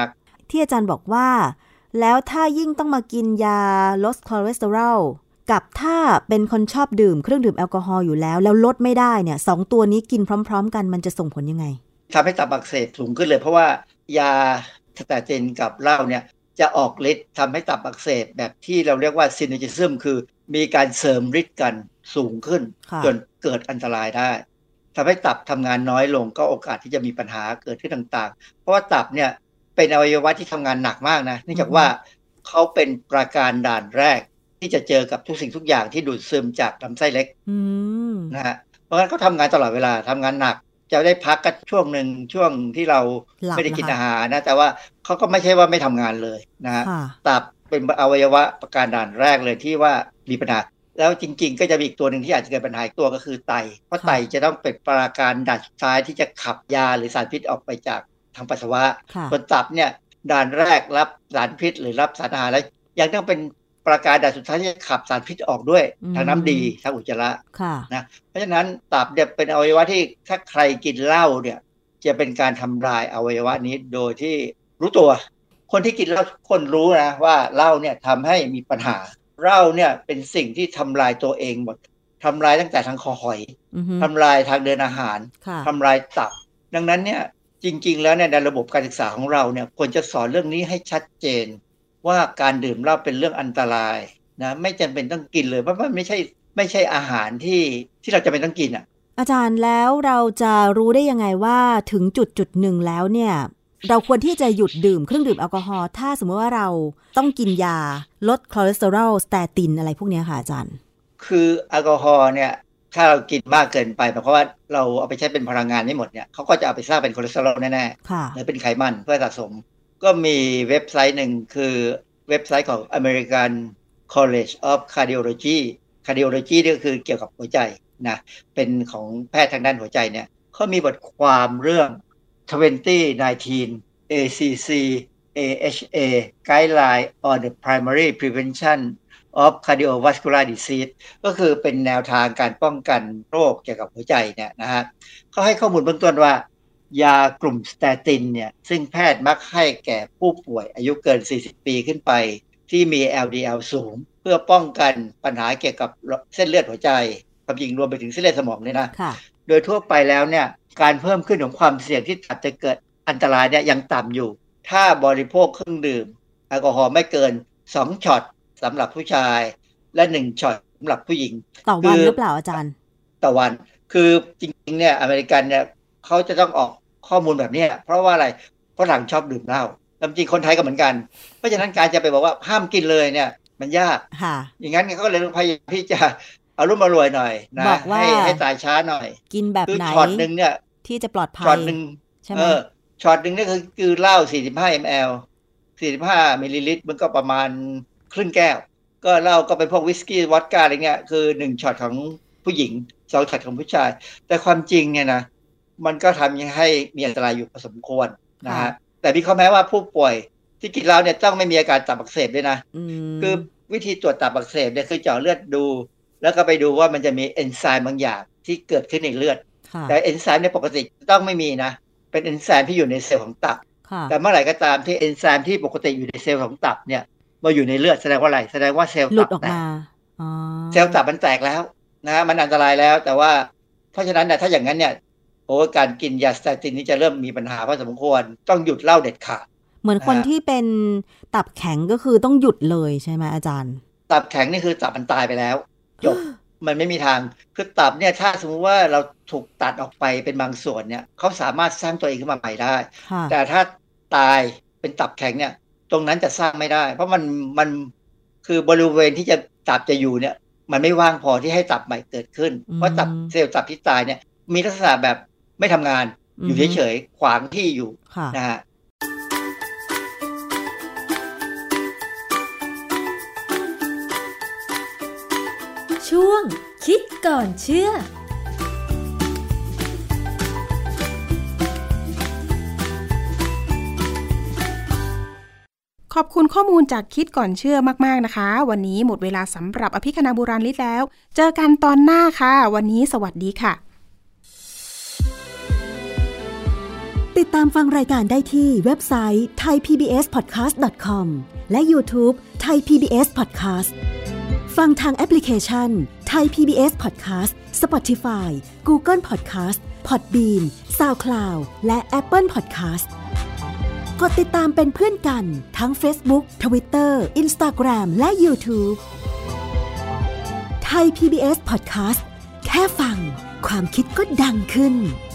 S11: ที่อาจารย์บอกว่าแล้วถ้ายิ่งต้องมากินยาลดคอเลสเตอรอลกับถ้าเป็นคนชอบดื่มเครื่องดื่มแอลกอฮอล์อยู่แล้วแล้วลดไม่ได้เนี่ยสองตัวนี้กินพร้อมๆกันมันจะส่งผลยังไง
S12: ทำให้ตับอักเสบสูงขึ้นเลยเพราะว่ายาสเตตินกับเหล้าเนี่ยจะออกฤทธิ์ทำให้ตับอักเสบแบบที่เราเรียกว่าซินเนอร์จิซึมคือมีการเสริมฤทธิ์กันสูงขึ้นจนเกิดอันตรายได้ทำให้ตับทำงานน้อยลงก็โอกาสที่จะมีปัญหาเกิดขึ้นต่างๆเพราะว่าตับเนี่ยเป็นอวัยวะที่ทำงานหนักมากนะเนื่องจากว่าเขาเป็นปราการด่านแรกที่จะเจอกับทุกสิ่งทุกอย่างที่ดูดซึมจากลำไส้เล็กนะฮะเพราะงั้นเขาทำงานตลอดเวลาทำงานหนักจะได้พักกันช่วงหนึ่งช่วงที่เราไม่ได้กินอาหารนะแต่ว่าเขาก็ไม่ใช่ว่าไม่ทำงานเลยนะฮะตับเป็นอวัยวะประการด่านแรกเลยที่ว่ามีปัญหาแล้วจริงๆก็จะมีอีกตัวหนึ่งที่อาจจะเกิดปัญหาอีกตัวก็คือไตเพราะไตจะต้องเป็นปราการด่านสุดท้ายที่จะขับยาหรือสารพิษออกไปจากทางปัสสาวะส่วนตับเนี่ยด่านแรกรับสารพิษหรือรับสารอาหารแล้วยังต้องเป็นปราการด่านสุดท้ายที่จะขับสารพิษออกด้วยทางน้ำดีทางอุจจาระนะเพราะฉะนั้นตับเนี่ยเป็นอวัยวะที่ถ้าใครกินเหล้าเนี่ยจะเป็นการทำลายอวัยวะนี้โดยที่รู้ตัวคนที่กินเหล้าทุกคนรู้นะว่าเหล้าเนี่ยทำให้มีปัญหาเหล้าเนี่ยเป็นสิ่งที่ทำลายตัวเองหมดทำลายตั้งแต่ทางคอหอยทำลายทางเดินอาหารทำลายตับดังนั้นเนี่ยจริงๆแล้วเนี่ยในระบบการศึกษาของเราเนี่ยควรจะสอนเรื่องนี้ให้ชัดเจนว่าการดื่มเหล้าเป็นเรื่องอันตรายนะไม่จำเป็นต้องกินเลยเพราะมันไม่ใช่ไม่ใช่อาหารที่ที่เราจำเป็นต้องกินอ่ะ
S11: อาจารย์แล้วเราจะรู้ได้ยังไงว่าถึงจุดจุดหนึ่งแล้วเนี่ยเราควรที่จะหยุดดื่มเครื่องดื่มแอลกอฮอล์ถ้าสมมติว่าเราต้องกินยาลดคอเลสเตอรอลสเตตินอะไรพวกนี้ค่ะอาจารย์
S12: คือแอลกอฮอล์เนี่ยถ้าเรากินมากเกินไปเพราะว่าเราเอาไปใช้เป็นพลังงานไม่หมดเนี่ยเขาก็จะเอาไปสร้างเป็นคอเลสเตอรอลแน่ๆหรือเป็นไขมันเพื่อสะสมก็มีเว็บไซต์หนึ่งคือเว็บไซต์ของ American College of Cardiology Cardiology นี่ก็คือเกี่ยวกับหัวใจนะเป็นของแพทย์ทางด้านหัวใจเนี่ยเขามีบทความเรื่องยี่สิบสิบเก้า เอ ซี ซี เอ เอช เอ Guideline on the Primary Prevention of Cardiovascular Disease ก็คือเป็นแนวทางการป้องกันโรคเกี่ยวกับหัวใจเนี่ยนะฮะเขาให้ข้อมูลเบื้องต้นว่ายากลุ่มสเตตินเนี่ยซึ่งแพทย์มักให้แก่ผู้ป่วยอายุเกินสี่สิบปีขึ้นไปที่มี แอล ดี แอล สูงเพื่อป้องกันปัญหาเกี่ยวกับเส้นเลือดหัวใจความจริงรวมไปถึงเส้นเลือดสมองเลยนะโดยทั่วไปแล้วเนี่ยการเพิ่มขึ้นของความเสี่ยงที่อาจจะเกิดอันตรายเนี่ยยังต่ำอยู่ถ้าบริโภคเครื่องดื่มแอลกอฮอล์ไม่เกินสองช็อตสำหรับผู้ชายและหนึ่งช็อตสำหรับผู้หญิง
S11: ต่อวันหรือเปล่าอาจารย์
S12: ต่อวันคือจริงๆเนี่ยอเมริกันเนี่ยเขาจะต้องออกข้อมูลแบบนี้เพราะว่าอะไรฝรั่งชอบดื่มเหล้าจริงคนไทยก็เหมือนกันเพราะฉะนั้นการจะไปบอกว่าห้ามกินเลยเนี่ยมันยากอย่างนั้นเขาก็เลยพยายามที่จะเอารุ่มอร่วยหน่อยนะให้ให้ตายช้าหน่อย
S11: กินแบบไหน
S12: ช็อตนึงเนี่ย
S11: ที่จะปลอดภัย
S12: ช็อตนึงใช่ไหมเออช็อตนึงนี่คือคือเหล้าสี่สิบห้ามิลลิลิตรสี่สิบห้ามิลลิลิตรมันก็ประมาณครึ่งแก้วก็เหล้าก็เป็นพวกวิสกี้วอดก้าอะไรเงี้ยคือหนึ่งช็อตของผู้หญิงสองช็อตของผู้ชายแต่ความจริงเนี่ยนะมันก็ทำให้มีอันตรายอยู่พอสมควรนะฮะแต่มีข้อแม้ว่าผู้ป่วยที่กินเหล้าเนี่ยต้องไม่มีอาการตับอักเสบด้วยนะคือวิธีตรวจตับอักเสบเนี่ยคือเจาะเลือดดูแล้วก็ไปดูว่ามันจะมีเอนไซม์บางอย่างที่เกิดขึ้นในเลือดแต่เอนไซม์ในปกติต้องไม่มีนะเป็นเอนไซม์ที่อยู่ในเซลล์ของตับแต่เมื่อไหร่ก็ตามที่เอนไซม์ที่ปกติอยู่ในเซลล์ของตับเนี่ยมาอยู่ในเลือดแสดงว่าอะไรแสดงว่าเซลล์ตับแตกเซลล์ตับมันแตกแล้วนะมันอันตรายแล้วแต่ว่าเพราะฉะนั้นเนี่ยถ้าอย่างนั้นเนี่ยโอ้การกินยาสเตตินนี่จะเริ่มมีปัญหาพอสมควรต้องหยุดเหล้าเด็ดขาด
S11: เหมือนคนที่เป็นตับแข็งก็คือต้องหยุดเลยใช่ไหมอาจารย์
S12: ตับแข็งนี่คือตับมันตายไปแล้วจบ มันไม่มีทางคือตับเนี่ยถ้าสมมติว่าเราถูกตัดออกไปเป็นบางส่วนเนี่ยเขาสามารถสร้างตัวเองขึ้นมาใหม่ได้แต่ถ้าตายเป็นตับแข็งเนี่ยตรงนั้นจะสร้างไม่ได้เพราะมันมันคือบริเวณที่จะตับจะอยู่เนี่ยมันไม่ว่างพอที่ให้ตับใหม่เกิดขึ้นเพราะตับเซลล์ตับที่ตายเนี่ยมีลักษณะแบบไม่ทำงานอยู่เฉยๆขวางที่อยู่นะฮะ
S1: ช่วงคิดก่อนเชื่อ
S2: ขอบคุณข้อมูลจากคิดก่อนเชื่อมากๆนะคะวันนี้หมดเวลาสำหรับอภิคณาบุราริศแล้วเจอกันตอนหน้าค่ะวันนี้สวัสดีค่ะ
S11: ติดตามฟังรายการได้ที่เว็บไซต์ ไทยพีบีเอสพอดแคสต์ ดอท คอม และ YouTube Thai พี บี เอส Podcast ฟังทางแอปพลิเคชัน Thai พี บี เอส Podcast, Spotify, Google Podcast, Podbean, SoundCloud และ Apple Podcast กดติดตามเป็นเพื่อนกันทั้ง Facebook, Twitter, Instagram และ YouTube Thai พี บี เอส Podcast แค่ฟังความคิดก็ดังขึ้น